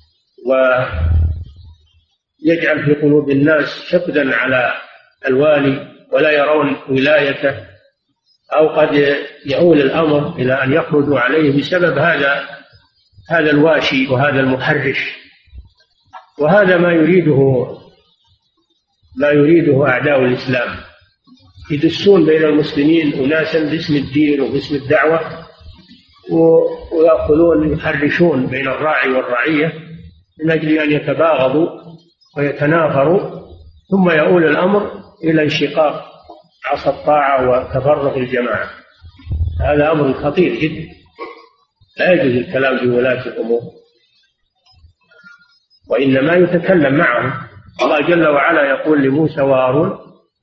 ويجعل في قلوب الناس حقدا على الوالي ولا يرون ولايته، أو قد يؤول الأمر إلى أن يخرجوا عليه بسبب هذا هذا الواشي وهذا المحرش. وهذا ما يريده ما يريده أعداء الإسلام، يدسون بين المسلمين أناسا باسم الدين وباسم الدعوة، ويأخذون يحرشون بين الراعي والرعية من أجل أن يتباغضوا ويتنافروا، ثم يؤول الأمر إلى انشقاق عصا الطاعة وتفرق الجماعة. هذا أمر خطير جدا، لا يجوز الكلام في ولاة الأمور، وإنما يتكلم معهم. الله جل وعلا يقول لموسى وهارون: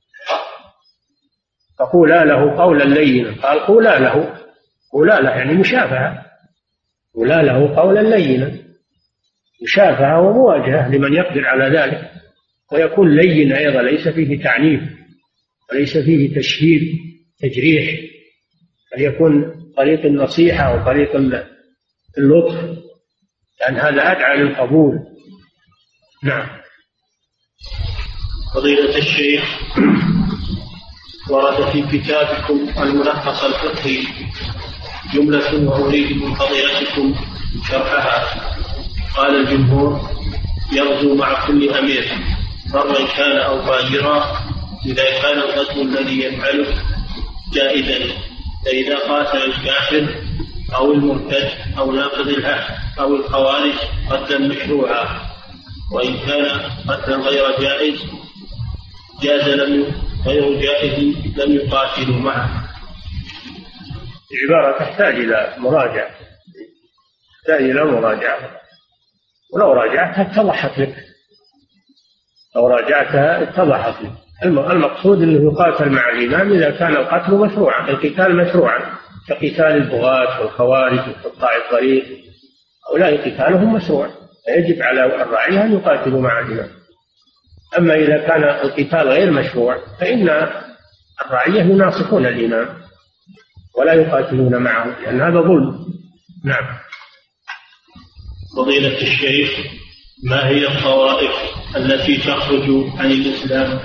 فقولا له قولا لينا. قال قولا له، قولا له يعني مشافهة، قولا له قولا لينا، مشافهة ومواجهة لمن يقدر على ذلك. ويكون لين أيضا، ليس فيه تعنيف وليس فيه تشهير تجريح، بل يكون طريق النصيحة وطريق اللطف، لأن هذا أدعى للقبول. نعم. فضيلة الشيخ، ورد في كتابكم الملخص الفقهي جملة وأريد من فضيلتكم شرحها. قال الجمهور: يغزو مع كل أمير برا كان أو فاجرا إذا كان الغزو الذي يفعله جائزا، فإذا قاتل الكافر أو المرتد أو ناقض العهد أو الخوارج قتلا مشروعا، وإن كان قتلا غير جائز جاز لم غير جائز لم يقاتلوا معه. العبارة تحتاج إلى مراجعة، تحتاج إلى مراجعة، ولو راجعتها اتضحت لك، لو راجعتها اتضحت لك. المقصود أنه يقاتل مع الإمام إذا كان القتل مشروعا، القتال مشروعا، كقتال البغاة والخوارج وقطاع الطريق، هؤلاء قتالهم مشروع، فيجب على الرعية أن يقاتلوا مع الإمام. أما إذا كان القتال غير مشروع فإن الرعية يناصحون الإمام ولا يقاتلون معه، لأن هذا ظلم. نعم. فضيلة الشيخ، ما هي الطوائف التي تخرج عن الإسلام؟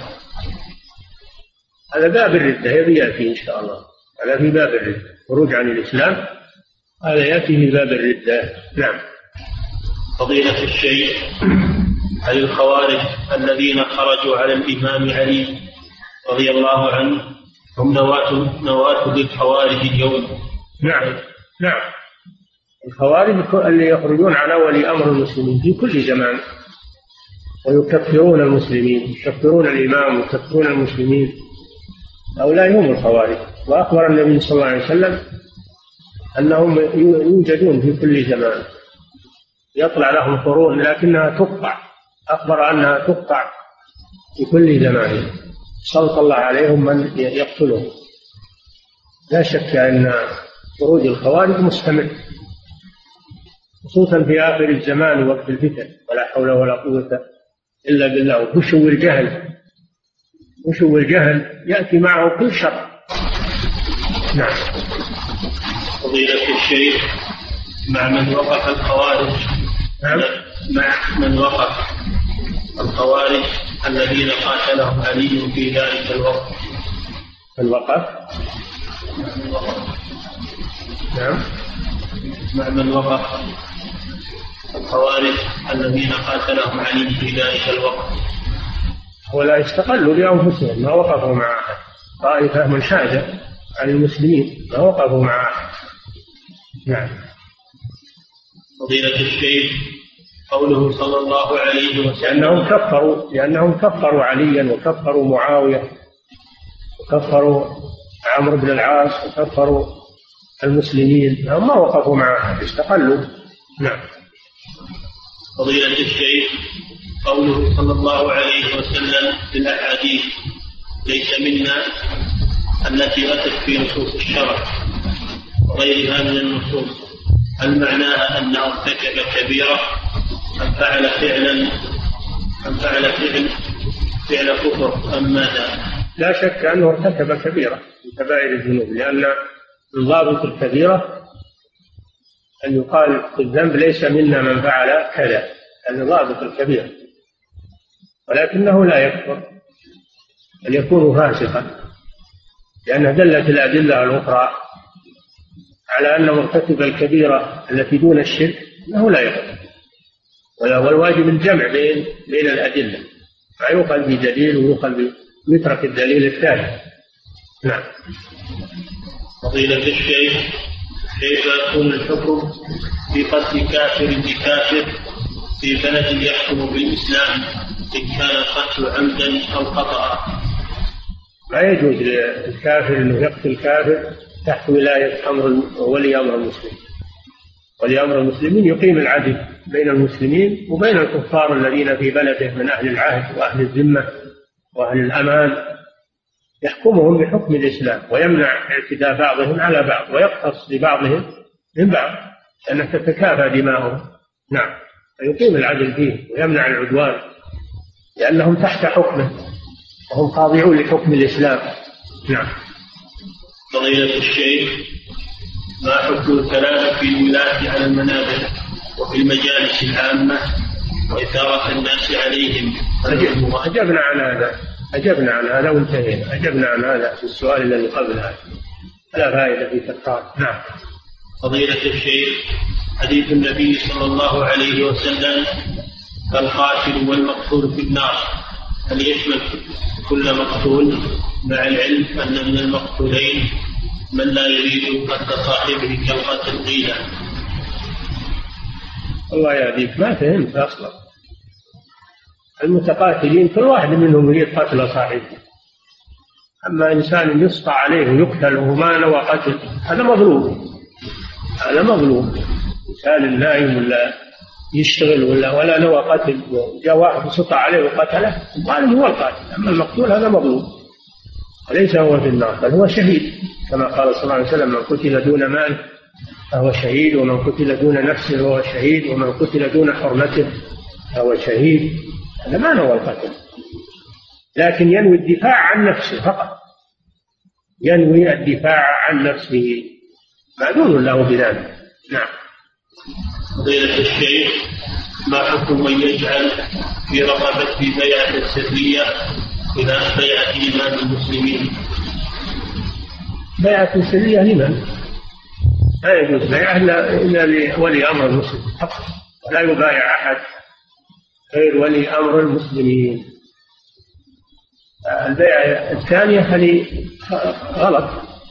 هذا باب الردة يأتي إن شاء الله، هذا في باب الردة، خروج عن الإسلام هذا يأتي في باب الردة. نعم. فضيلة الشيخ، هل الخوارج الذين خرجوا على الإمام علي رضي الله عنه هم نواة نواة للخوارج اليوم؟ نعم نعم، الخوارج اللي يخرجون على ولي أمر المسلمين في كل زمان ويكفرون المسلمين، يكفرون الإمام ويكفرون المسلمين، هؤلاء هم الخوارج. وأخبر النبي صلى الله عليه وسلم أنهم يوجدون في كل زمان، يطلع لهم قرون لكنها تقطع، أخبر أنها تقطع في كل زمان، سلط الله عليهم من يقتلهم. لا شك أن خروج الخوارج مستمر، خصوصا في آخر الزمان وقت الفتن، ولا حول ولا قوة إلا بالله. وفشو الجهل، فشو الجهل يأتي معه كل شر. نعم. فضيلة الشيخ، مع من وقف الخوارج نعم. مع من وقف الخوارج الذين قاتلهم علي في ذلك الوقت. الوقف نعم. مع من وقف الخوارج الذين قاتلهم علي في ذلك الوقت. ولا استقلوا بأنفسهم، ما وقفوا مع أحد، طائفة منحازة عن المسلمين ما وقفوا مع أحد. نعم. فضيلة الشيخ، قوله صلى الله عليه وسلم لأنهم كفروا لأنهم كفروا عليا وكفروا معاوية وكفروا عمرو بن العاص وكفروا المسلمين، هم ما وقفوا مع أحد، استقلوا. نعم. فضيلة الشيخ، قوله صلى الله عليه وسلم في الأحاديث ليس منا التي أتت في نصوص الشرع وغيرها من النصوص، هل معناها أنه ارتكب كبيرة أم فعل فعلا أم فعل فعل فعل كفر أم ماذا؟ لا شك أنه ارتكب كبيرة من كبائر الذنوب، لأن ضابط الكبيرة أن يقال في الذنب ليس منا من فعل كذا، هذا ضابط الكبيرة، ولكنه لا يكفر بل يكون فاسقا، لأنه دلت الأدلة الأخرى على أنه مرتكب الكبيرة التي دون الشرك أنه لا يكفر. والواجب الجمع بين بين الأدلة، ما يؤخذ بدليل ويؤخذ يترك الدليل الثاني. نعم. فضيلة الشيخ، كيف يكون الحكم في قتل كافر بكافر في بلد يحكم بالإسلام إن كان القتل عمدا أو خطأ؟ ما يجوز للكافر أنه يقتل كافر تحت ولاية أمر ولي أمر المسلمين. ولي أمر المسلمين يقيم العدل بين المسلمين وبين الكفار الذين في بلده من أهل العهد وأهل الذمة وأهل الأمان، يحكمهم بحكم الإسلام ويمنع اعتداء بعضهم على بعض ويقتص لبعضهم من بعض، لأنها تتكافى دماؤهم. نعم. فيقيم العدل فيه ويمنع العدوان، لأنهم تحت حكمه وهم خاضعون لحكم الإسلام. نعم. فضيلة الشيخ، ما حكم الكلام في الولاة على المنابر وفي المجالس العامة وإثارة الناس عليهم؟ أجبنا عن هذا أجبنا عن هذا وانتهينا، أجبنا عن هذا في السؤال الذي قبل هذا، لا فائدة في تكرار. نعم. فضيلة الشيخ، حديث النبي صلى الله عليه وسلم القاتل والمقتول في النار، هل يشمل كل مقتول مع العلم أن من المقتولين من لا يريد قتل صاحبه كالقتل قيل؟ الله يهديك، ما فهمت أصلا. المتقاتلين كل واحد منهم يريد قتل صاحبه، أما إنسان يسطع عليه ويقتل وما نوى قتل هذا مظلوم، هذا مظلوم. إنسان نايم ولا يشتغل ولا ولا نوى قتل وجاء واحد سطع عليه وقتله الظالم هو القاتل، أما المقتول هذا مظلوم وليس هو في النار بل هو شهيد، كما قال صلى الله عليه وسلم: من قتل دون مال فهو شهيد، ومن قتل دون نفسه فهو شهيد، ومن قتل دون حرمته فهو شهيد. هذا ما هو القتل، لكن ينوي الدفاع عن نفسه فقط، ينوي الدفاع عن نفسه، مأذون له بذلك. نعم. فضيلة الشيخ، ما حكم من يجعل في رقبته بيعة سرية خلاف بيعة إمام المسلمين؟ بيعة سرية لمن؟ لا يجوز بيعة إلا لولي أمر المسلم فقط، ولا يبايع أحد غير ولي أمر المسلمين. البيعة الثانية هذه غلط،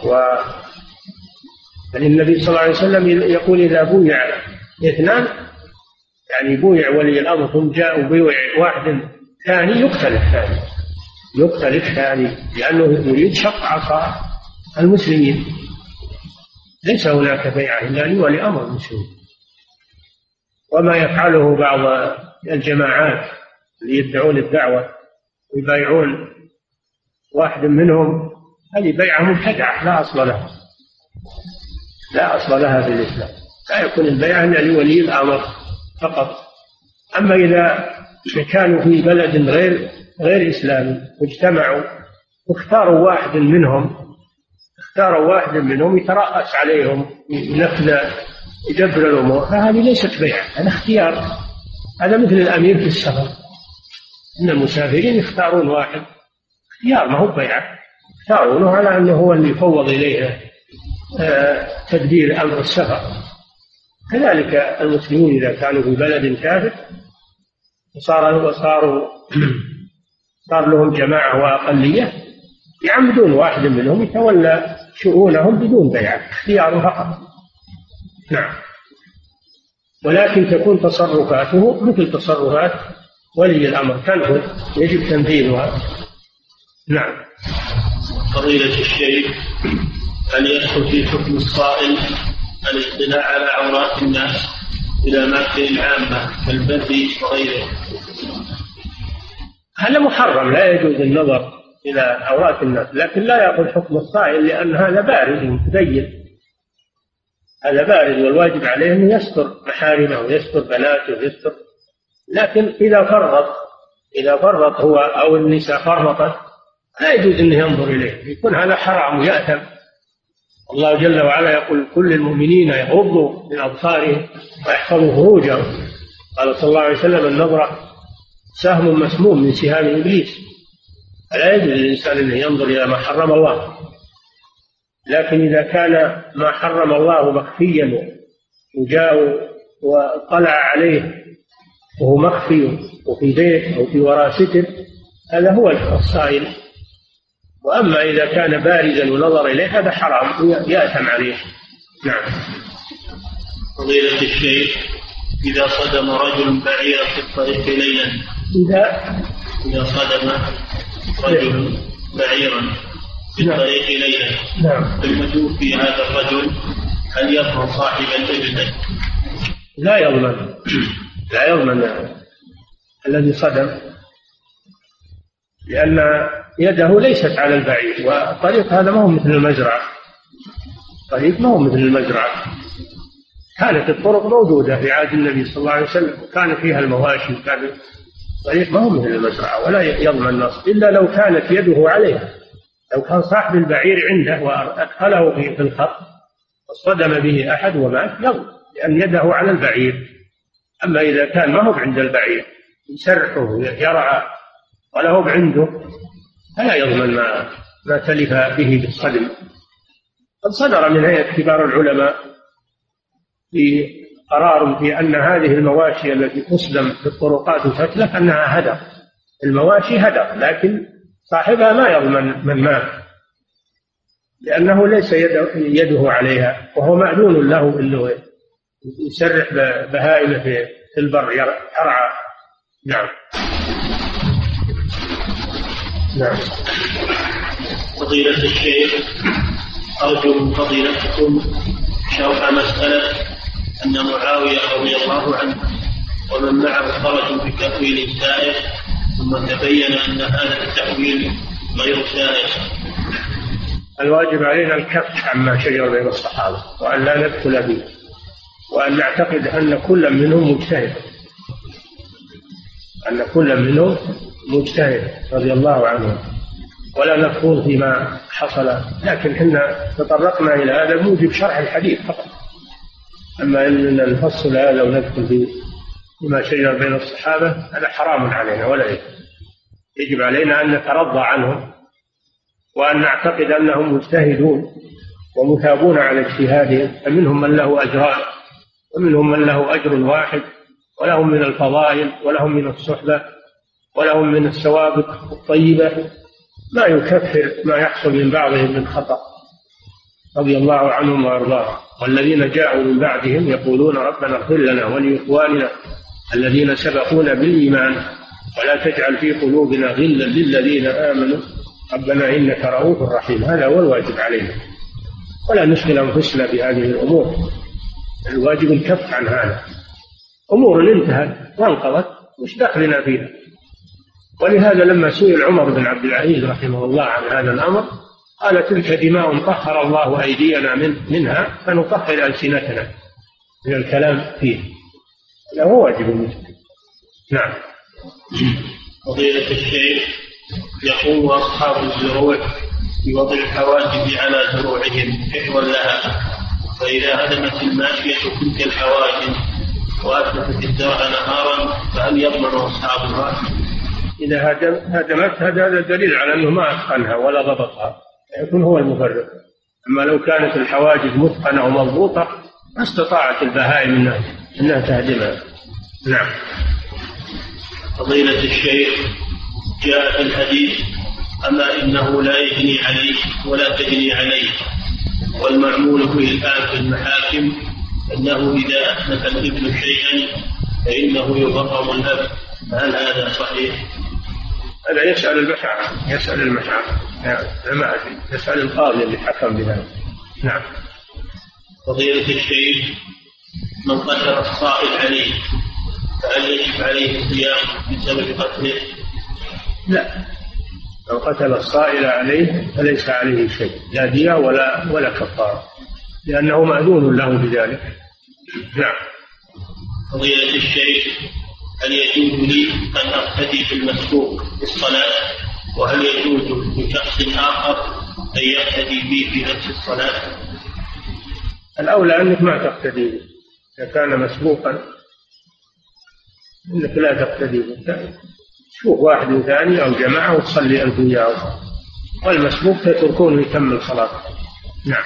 والنبي صلى الله عليه وسلم يقول إذا بويع اثنان، يعني بويع ولي الأمر ثم جاء بويع واحد ثاني، يقتل الثاني، يقتل الثاني لأنه يريد شق عصا المسلمين. ليس هناك بيعة إلا لولي أمر المسلمين. وما يفعله بعض الجماعات اللي يدعون الدعوة ويبايعون واحد منهم، هذه بيعة مبتدعة لا أصل لها، لا أصل لها في الإسلام. لا يكون البيعة إلا لولي الأمر فقط. أما إذا كانوا في بلد غير غير إسلامي واجتمعوا واختاروا واحد منهم اختاروا واحد منهم يترأس عليهم ينفذ يدبر الأمور، فهذه ليست بيعة، هذا اختيار. هذا مثل الأمير في السفر، إن المسافرين يختارون واحد اختيار، ما هو بيعة، يختارونه على أنه هو اللي يفوض إليه تدبير أمر السفر. كذلك المسلمون إذا كانوا في بلد كافر وصاروا وصاروا صار لهم جماعة وأقلية، يعمدون واحد منهم يتولى شؤونهم بدون بيعة، اختياره فقط. نعم. ولكن تكون تصرفاته مثل تصرفات ولي الأمر، تنفذ، يجب تنفيذها. نعم. فضيلة الشيخ، هل يدخل في حكم الصائل الاطلاع على عورات الناس إلى أماكن عامة كالبر وغيره؟ هذا محرم، لا يجوز النظر إلى عورات الناس، لكن لا يأخذ حكم الصائل لأن هذا بارز متبين، هذا بارز، والواجب عليه أن يستر محارمه ويستر بناته ويستر. لكن إذا فرط إذا فرط هو أو النساء فرطت لا يجوز أنه ينظر إليه، يكون هذا حرام ويأثم. الله جل وعلا يقول كل المؤمنين يغضوا من أبصارهم ويحفظوا فروجهم. قال صلى الله عليه وسلم النظرة سهم مسموم من سهام إبليس، فلا يجوز للإنسان أن ينظر إلى ما حرم الله. لكن إذا كان ما حرم الله مخفيا وجاء وطلع عليه وهو مخفي وفي بيت أو في وراء ستر، هذا هو الصائل. وأما إذا كان بارزا ونظر إليه هذا حرام يأثم عليه. نعم. فضيلة الشيخ، إذا صدم رجل بعيرا في الطريق ليلا إذا إذا صدم رجل بعيرا في الطريق ليلا نعم. ثم في هذا الرجل، هل يضمن صاحب الإبل؟ لا يضمن، لا يضمن الذي صدم، لأن يده ليست على البعير، والطريق هذا ما هو مثل المزرعة، الطريق ما هو مثل المزرعة. كانت الطرق موجودة في عهد النبي صلى الله عليه وسلم، كان فيها المواشي، كان الطريق ما هو مثل المزرعة، ولا يضمن نص إلا لو كانت يده عليها. لو كان صاحب البعير عنده وأدخله في الخط وصدم به أحد ومات يضمن، لأن يده على البعير. أما إذا كان ما هو عند البعير يسرحه يرعى ولا هو عنده، فلا يضمن ما, ما تلف به بالصدم. قد صدر من هيئة كبار العلماء في قرار في أن هذه المواشي التي تصدم في الطرقات وتتلف أنها هدر، المواشي هدر، لكن صاحبها ما يضمن من مات، لأنه ليس يده عليها، وهو مأذون له أنه يسرح بهائمه في البر يرعى. نعم. نعم. فضيلة الشيخ، أرجو من فضيلتكم شرح مسألة أن معاوية رضي الله عنه ومن معه خرجوا بتأويل سائغ ثم تبين أن هذا التأويل غير سائغ. الواجب علينا الكف عما شجر بين الصحابة، وأن لا ندخل به، وأن نعتقد أن كل منهم مجتهد، أن كل منهم مجتهد رضي الله عنه، ولا نخوض فيما حصل، لكن حنا تطرقنا إلى هذا موجب شرح الحديث فقط. أما أننا نفصل هذا وندخل في ما شجر بين الصحابة هذا حرام علينا ولا يجب. يجب علينا أن نترضى عنهم وأن نعتقد أنهم مجتهدون ومثابون على اجتهادهم، فمنهم من له أجران ومنهم من له أجر واحد، ولهم من الفضائل ولهم من الصحبة ولهم من السوابق الطيبة ما يكفر ما يحصل من بعضهم من خطأ رضي الله عنهم وأرضاهم. والذين جاءوا من بعدهم يقولون ربنا اغفر لنا ولإخواننا الذين سبقونا بالإيمان ولا تجعل في قلوبنا غلا للذين آمنوا ربنا إنك رؤوف رحيم. هذا هو الواجب علينا، ولا نشغل أنفسنا بهذه الأمور. الواجب الكف عن هذا. أمور انتهت وانقضت مش دخلنا فيها. ولهذا لما سئل عمر بن عبد العزيز رحمه الله عن هذا الأمر قال تلك دماء طهر الله أيدينا من منها فنطهر ألسنتنا من الكلام فيه. هذا هو واجب المسلم. نعم. فضيلة الشيخ، يقوم أصحاب الزروع بوضع الحواجز على زروعهم حفظا لها، فإذا هدمت الماشية تلك الحواجز وأتلفت الزرع نهارا فهل يضمن أصحابها؟ إذا هدمت هذا دليل على أنه ما أتقنها ولا ضبطها، يكون هو المفرط. أما لو كانت الحواجز متقنة ومضبوطة ما استطاعت البهائم أنها تهدمها. نعم. فضيلة الشيخ، جاء في الحديث أما إنه لا يجني عليه ولا تجني عليه، والمعمول به الآن في المحاكم أنه إذا أتلف الابن شيئا فإنه يغرم الأب، هل هذا صحيح؟ هذا يسأل المحاكم يسأل المحاكم ما أدري، يسأل القاضي اللي حكم بهذا. نعم. فضيلة الشيخ، من قتل الصائل عليه فهل يجب عليه الصيام بسبب قتله؟ لا، لو قتل الصائل عليه فليس عليه شيء، لا دية ولا ولا كفارة، لأنه مأذون له بذلك. نعم. فضيلة الشيخ، هل يجوز لي أن أقتدي في المسبوق في الصلاة؟ وهل يجوز لشخص آخر أن يقتدي بي في نفس الصلاة؟ الأولى أنك ما تقتدي، إذا كان مسبوقا إنك لا تقتدي به، شوف واحد ثاني أو جماعة وتصلي أنت وياه، والمسبوق تتركونه يكمل صلاته. نعم.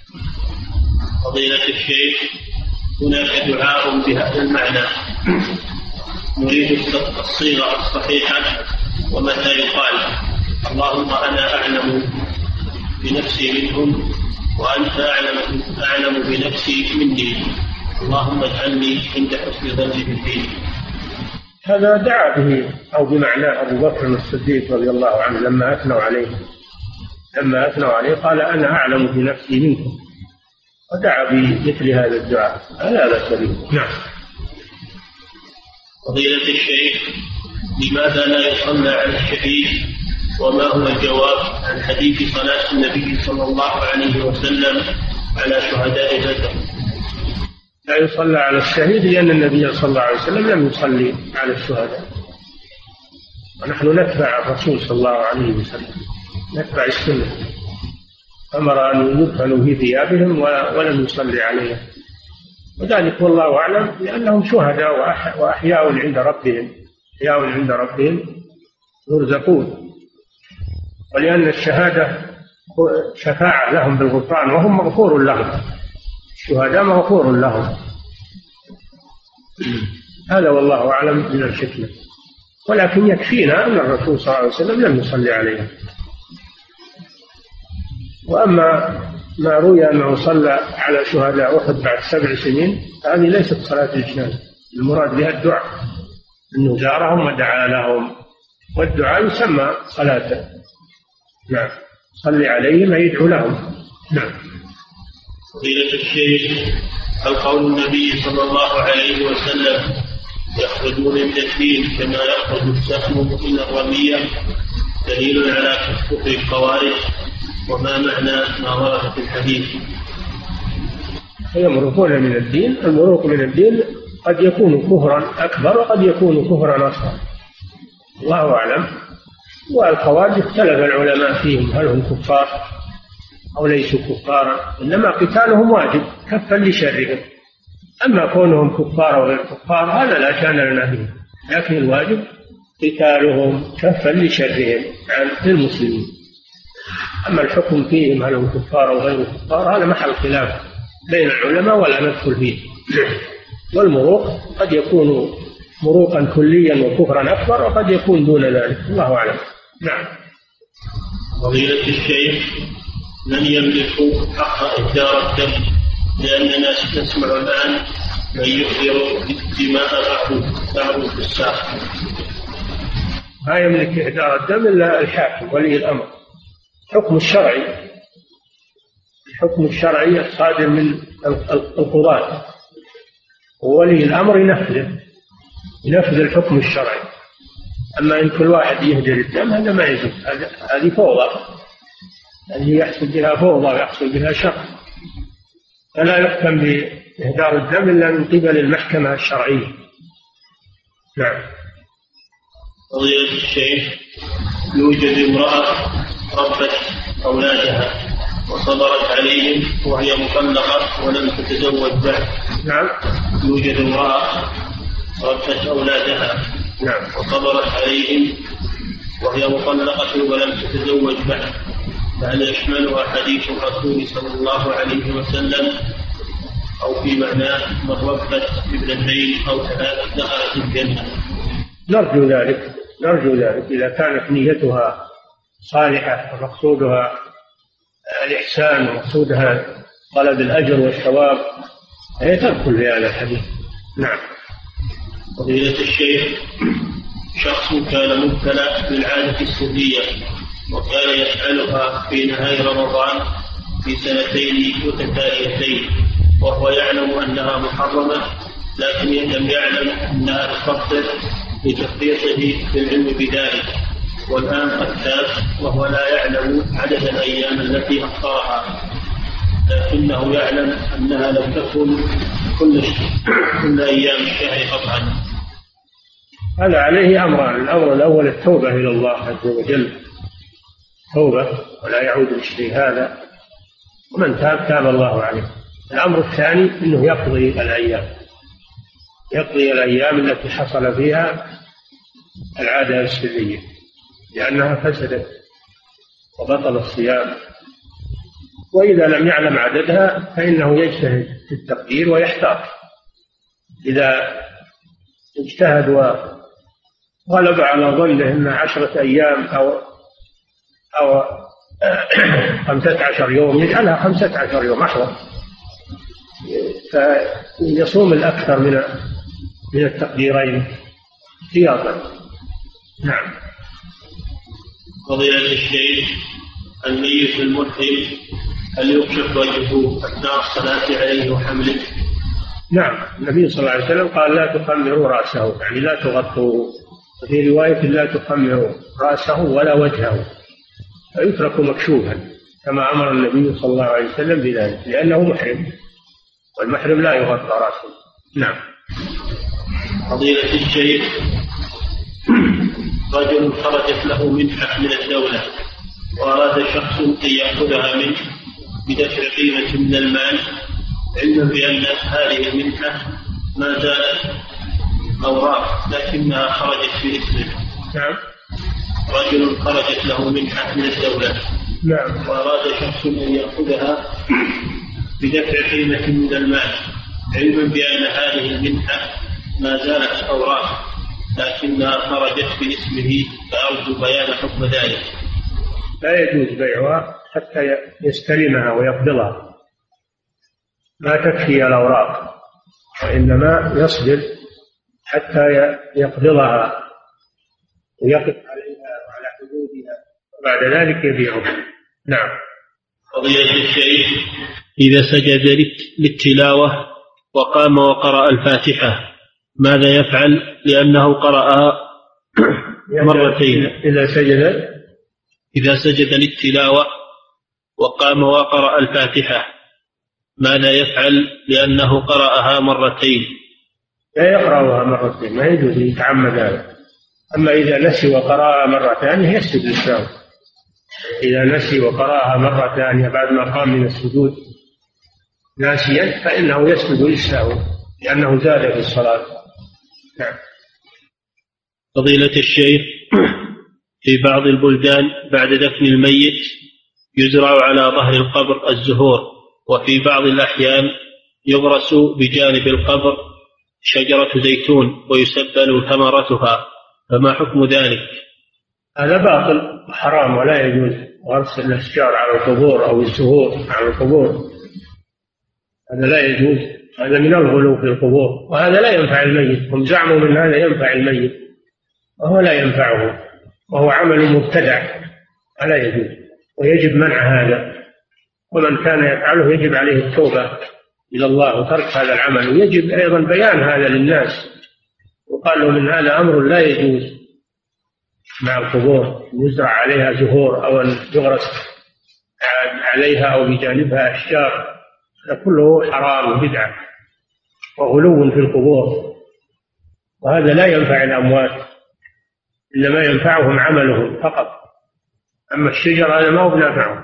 فضيلة الشيخ، هناك دعاء بهذا المعنى نريد الصيغة الصحيحة ومتى يقال اللهم أنا أعلم بنفسي منهم وأنت أعلم, أعلم بنفسي مني، اللهم اجعلني عند حسن ظني بالدين. هذا دعا به أو بمعنى أبو بكر الصديق رضي الله عنه لما أثنوا عليه لما أثنوا عليه قال أنا أعلم بنفسي منكم، ودعا بمثل هذا الدعاء. هذا سبيل. نعم. فضيلة الشيخ، لماذا لا يصلى على الشهيد؟ وما هو الجواب عن حديث صلاة النبي صلى الله عليه وسلم على شهداء بدر؟ لا يصلى على الشهيد لأن النبي صلى الله عليه وسلم لم يصلي على الشهداء، ونحن نتبع الرسول صلى الله عليه وسلم، نتبع السنة، أمر أن يدفنوا في ثيابهم ولم يصلي عليهم، وذلك والله أعلم لأنهم شهداء وأحياء عند ربهم أحياء عند ربهم يرزقون، ولأن الشهادة شفاعة لهم بالغفران وهم مغفور لهم، الشهداء مغفور لهم. هذا والله أعلم من الحكمة، ولكن يكفينا أن الرسول صلى الله عليه وسلم لم يصلي عليهم. وأما ما روي أنه صلى على شهداء أحد بعد سبع سنين هذه ليست صلاة الجنازة، المراد بها الدعاء، أنه زارهم ودعا لهم، والدعاء يسمى صلاة. نعم. صلي عليهم أي يدعو لهم. نعم. فضيلة الشيخ، هل قول النبي صلى الله عليه وسلم يخرجون من الدين كما يخرج السهم من الرمية دليل على كفر الخوارج؟ وما معنى ما ورد في الحديث؟ يمرقون من الدين، المروق من الدين قد يكون كفرا أكبر وقد يكون كفرا أصغر، الله أعلم. والخوارج اختلف العلماء فيهم هل هم كفار أو ليسوا كفارا، إنما قتالهم واجب كفا لشرهم. أما كونهم كفار أو غير كفار هذا لا شأن لنا فيه، لكن الواجب قتالهم كفا لشرهم عن المسلمين. أما الحكم فيهم هل هم كفار أو غير كفار هذا محل خلاف بين العلماء ولا ندخل فيه. والمروق قد يكون مروقا كليا وكفرا أكبر، وقد يكون دون ذلك، الله أعلم. نعم. فضيلة الشيخ، من يملك حق إهدار الدم؟ لأننا نسمع الآن من يهدر دماء بعض في الساحة. ما يملك إهدار الدم إلا الحاكم ولي الأمر. الحكم الشرعي الحكم الشرعي الصادر من القضاة، وولي الأمر ينفذ ينفذ الحكم الشرعي. أما إن كل واحد يهدر الدم هذا ما يجوز، هذه فوضى، هذه يحصل بها فوضى ويحصل بها شر. فلا يحكم بإهدار الدم إلا من قبل المحكمة الشرعية. نعم. فضيلة الشيخ، يوجد امرأة ربت أولادها وصبرت عليهم وهي مطلقة ولم تتزوج بعد. نعم. يوجد امرأة ربت أولادها نعم وصبرت عليهم وهي مطلقة ولم تتزوج بعد، فهل يشملها حديث الرسول صلى الله عليه وسلم أو في معناه من ربت ابنتين أو ثلاث دخلت الجنة؟ نرجو ذلك نرجو ذلك إذا كانت نيتها صالحة ومقصودها الإحسان ومقصودها طلب الأجر والثواب هي تدخل في هذا الحديث. نعم. فضيلة الشيخ، شخص كان مبتلى بالعادة السرية وكان يفعلها في نهاية رمضان في سنتين متتاليتين، وهو يعلم أنها محرمة لكن لم يعلم أنها تخطط لتخطيطه بالعلم بذلك، والآن قد تاب وهو لا يعلم عدد الأيام التي أخطأها، لكنه يعلم أنها لم تكن كل, كل أيام الشهر قطعا. هذا عليه أمران: الأمر الأول التوبة إلى الله عز وجل، توبة ولا يعود لشيء هذا، ومن تاب تاب الله عليه. الأمر الثاني أنه يقضي الأيام يقضي الأيام التي حصل فيها العادة السرية، لأنها فسدت وبطل الصيام. وإذا لم يعلم عددها فإنه يجتهد في التقدير ويحتاط. إذا اجتهد وغلب على ظنه أن عشرة أيام أو أو خمسة عشر يوم يجعلها خمسة عشر يوم أحوط، فيصوم الأكثر من من التقديرين احتياطا. نعم. فضيلة الشيخ، الميت المحرم هل يكشف وجهه أثناء الصلاة عليه وحمله؟ نعم، النبي صلى الله عليه وسلم قال: لا تخمروا رأسه، يعني لا تغطوا. في رواية: لا تخمروا رأسه ولا وجهه، فيترك مكشوفا كما أمر النبي صلى الله عليه وسلم بذلك، لأنه محرم، والمحرم لا يغطى رأسه. نعم. فضيلة الشيخ، رجل خرجت له منحة من الدولة وأراد شخص أن يأخذها منه بدفع قيمة من المال، علما بأن هذه المنحة ما زالت أوراق لكنها خرجت باسمه. نعم. رجل خرجت له منحة من الدولة نعم. وأراد شخص أن يأخذها بدفع قيمة من المال، علما بأن هذه المنحة ما زالت أوراق لكنها خرجت باسمه، فأرجو بيان حكم ذلك. لا يجوز بيعها حتى يستلمها ويقبضها، ما تكفي الأوراق، وإنما يصبر حتى يقبضها ويقف عليها وعلى حدودها، وبعد ذلك يبيعها. نعم. فضيلة الشيخ، إذا سجد للتلاوة وقام وقرأ الفاتحة ماذا يفعل؟ لأنه قرأها مرتين. إذا سجد إذا سجد للتلاوة وقام وقرأ الفاتحة ماذا يفعل؟ لأنه قرأها مرتين. لا يقرأها مرتين، ما يجوز يتعمد هذا. أما إذا نسي وقرأها مرة ثانية يسجد للسهو. إذا نسي وقرأها مرة ثانية بعد ما قام من السجود ناسيا فإنه يسجد للسهو لأنه زاد في الصلاة. نعم. فضيلة الشيخ، في بعض البلدان بعد دفن الميت يزرع على ظهر القبر الزهور، وفي بعض الأحيان يغرس بجانب القبر شجرة زيتون ويسبل ثمرتها، فما حكم ذلك؟ هذا باطل حرام ولا يجوز غرس الأشجار على القبور أو الزهور على القبور، هذا لا يجوز، هذا من الغلو في القبور، وهذا لا ينفع الميت. هم زعموا من هذا ينفع الميت وهو لا ينفعه، وهو عمل مبتدع ولا يجوز، ويجب منع هذا. ومن كان يفعله يجب عليه التوبة إلى الله وترك هذا العمل، ويجب أيضا بيان هذا للناس وقال له من هذا أمر لا يجوز مع القبور يزرع عليها زهور أو أن يغرس عليها أو بجانبها أشجار، كله حرام وبدعة وغلو في القبور، وهذا لا ينفع الأموات إنما ينفعهم عملهم فقط. أما الشجر هذا ما هو بنافعهم،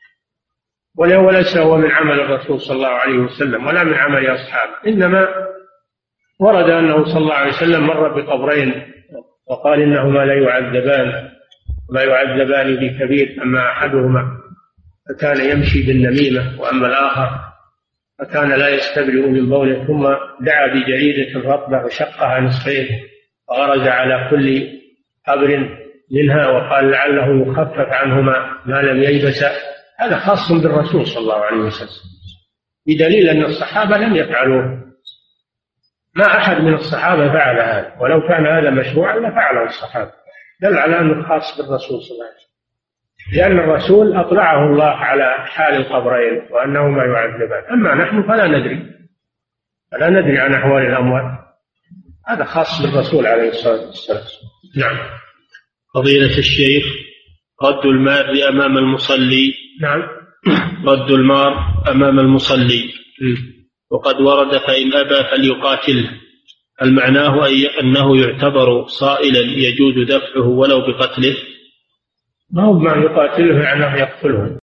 وليس هو من عمل الرسول صلى الله عليه وسلم ولا من عمل أصحابه، إنما ورد أنه صلى الله عليه وسلم مر بقبرين وقال إنهما لا يعذبان ولا يعذبان بكبير، أما أحدهما فكان يمشي بالنميمة وأما الآخر فكان لا يستبرئ من بوله، ثم دعا بجريدة رطبة وشقها نصفين وغرز على كل قبر منها وقال لعله يخفف عنهما ما لم ييبس. هذا خاص بالرسول صلى الله عليه وسلم، بدليل أن الصحابة لم يفعلوه، ما أحد من الصحابة فعل هذا، ولو كان هذا مشروعا لفعله الصحابة، دل على أنه خاص بالرسول صلى الله عليه وسلم، لأن الرسول أطلعه الله على حال القبرين وأنهما يعذبان، أما نحن فلا ندري فلا ندري عن أحوال الأموات، هذا خاص بالرسول عليه الصلاة والسلام. نعم. فضيلة الشيخ، رد المال أمام المصلي. نعم. رد المال أمام المصلي وقد ورد فإن أبى فليقاتله، هل معناه أنه يعتبر صائلا يجوز دفعه ولو بقتله؟ ما هو ما يقاتله يعني يقتله.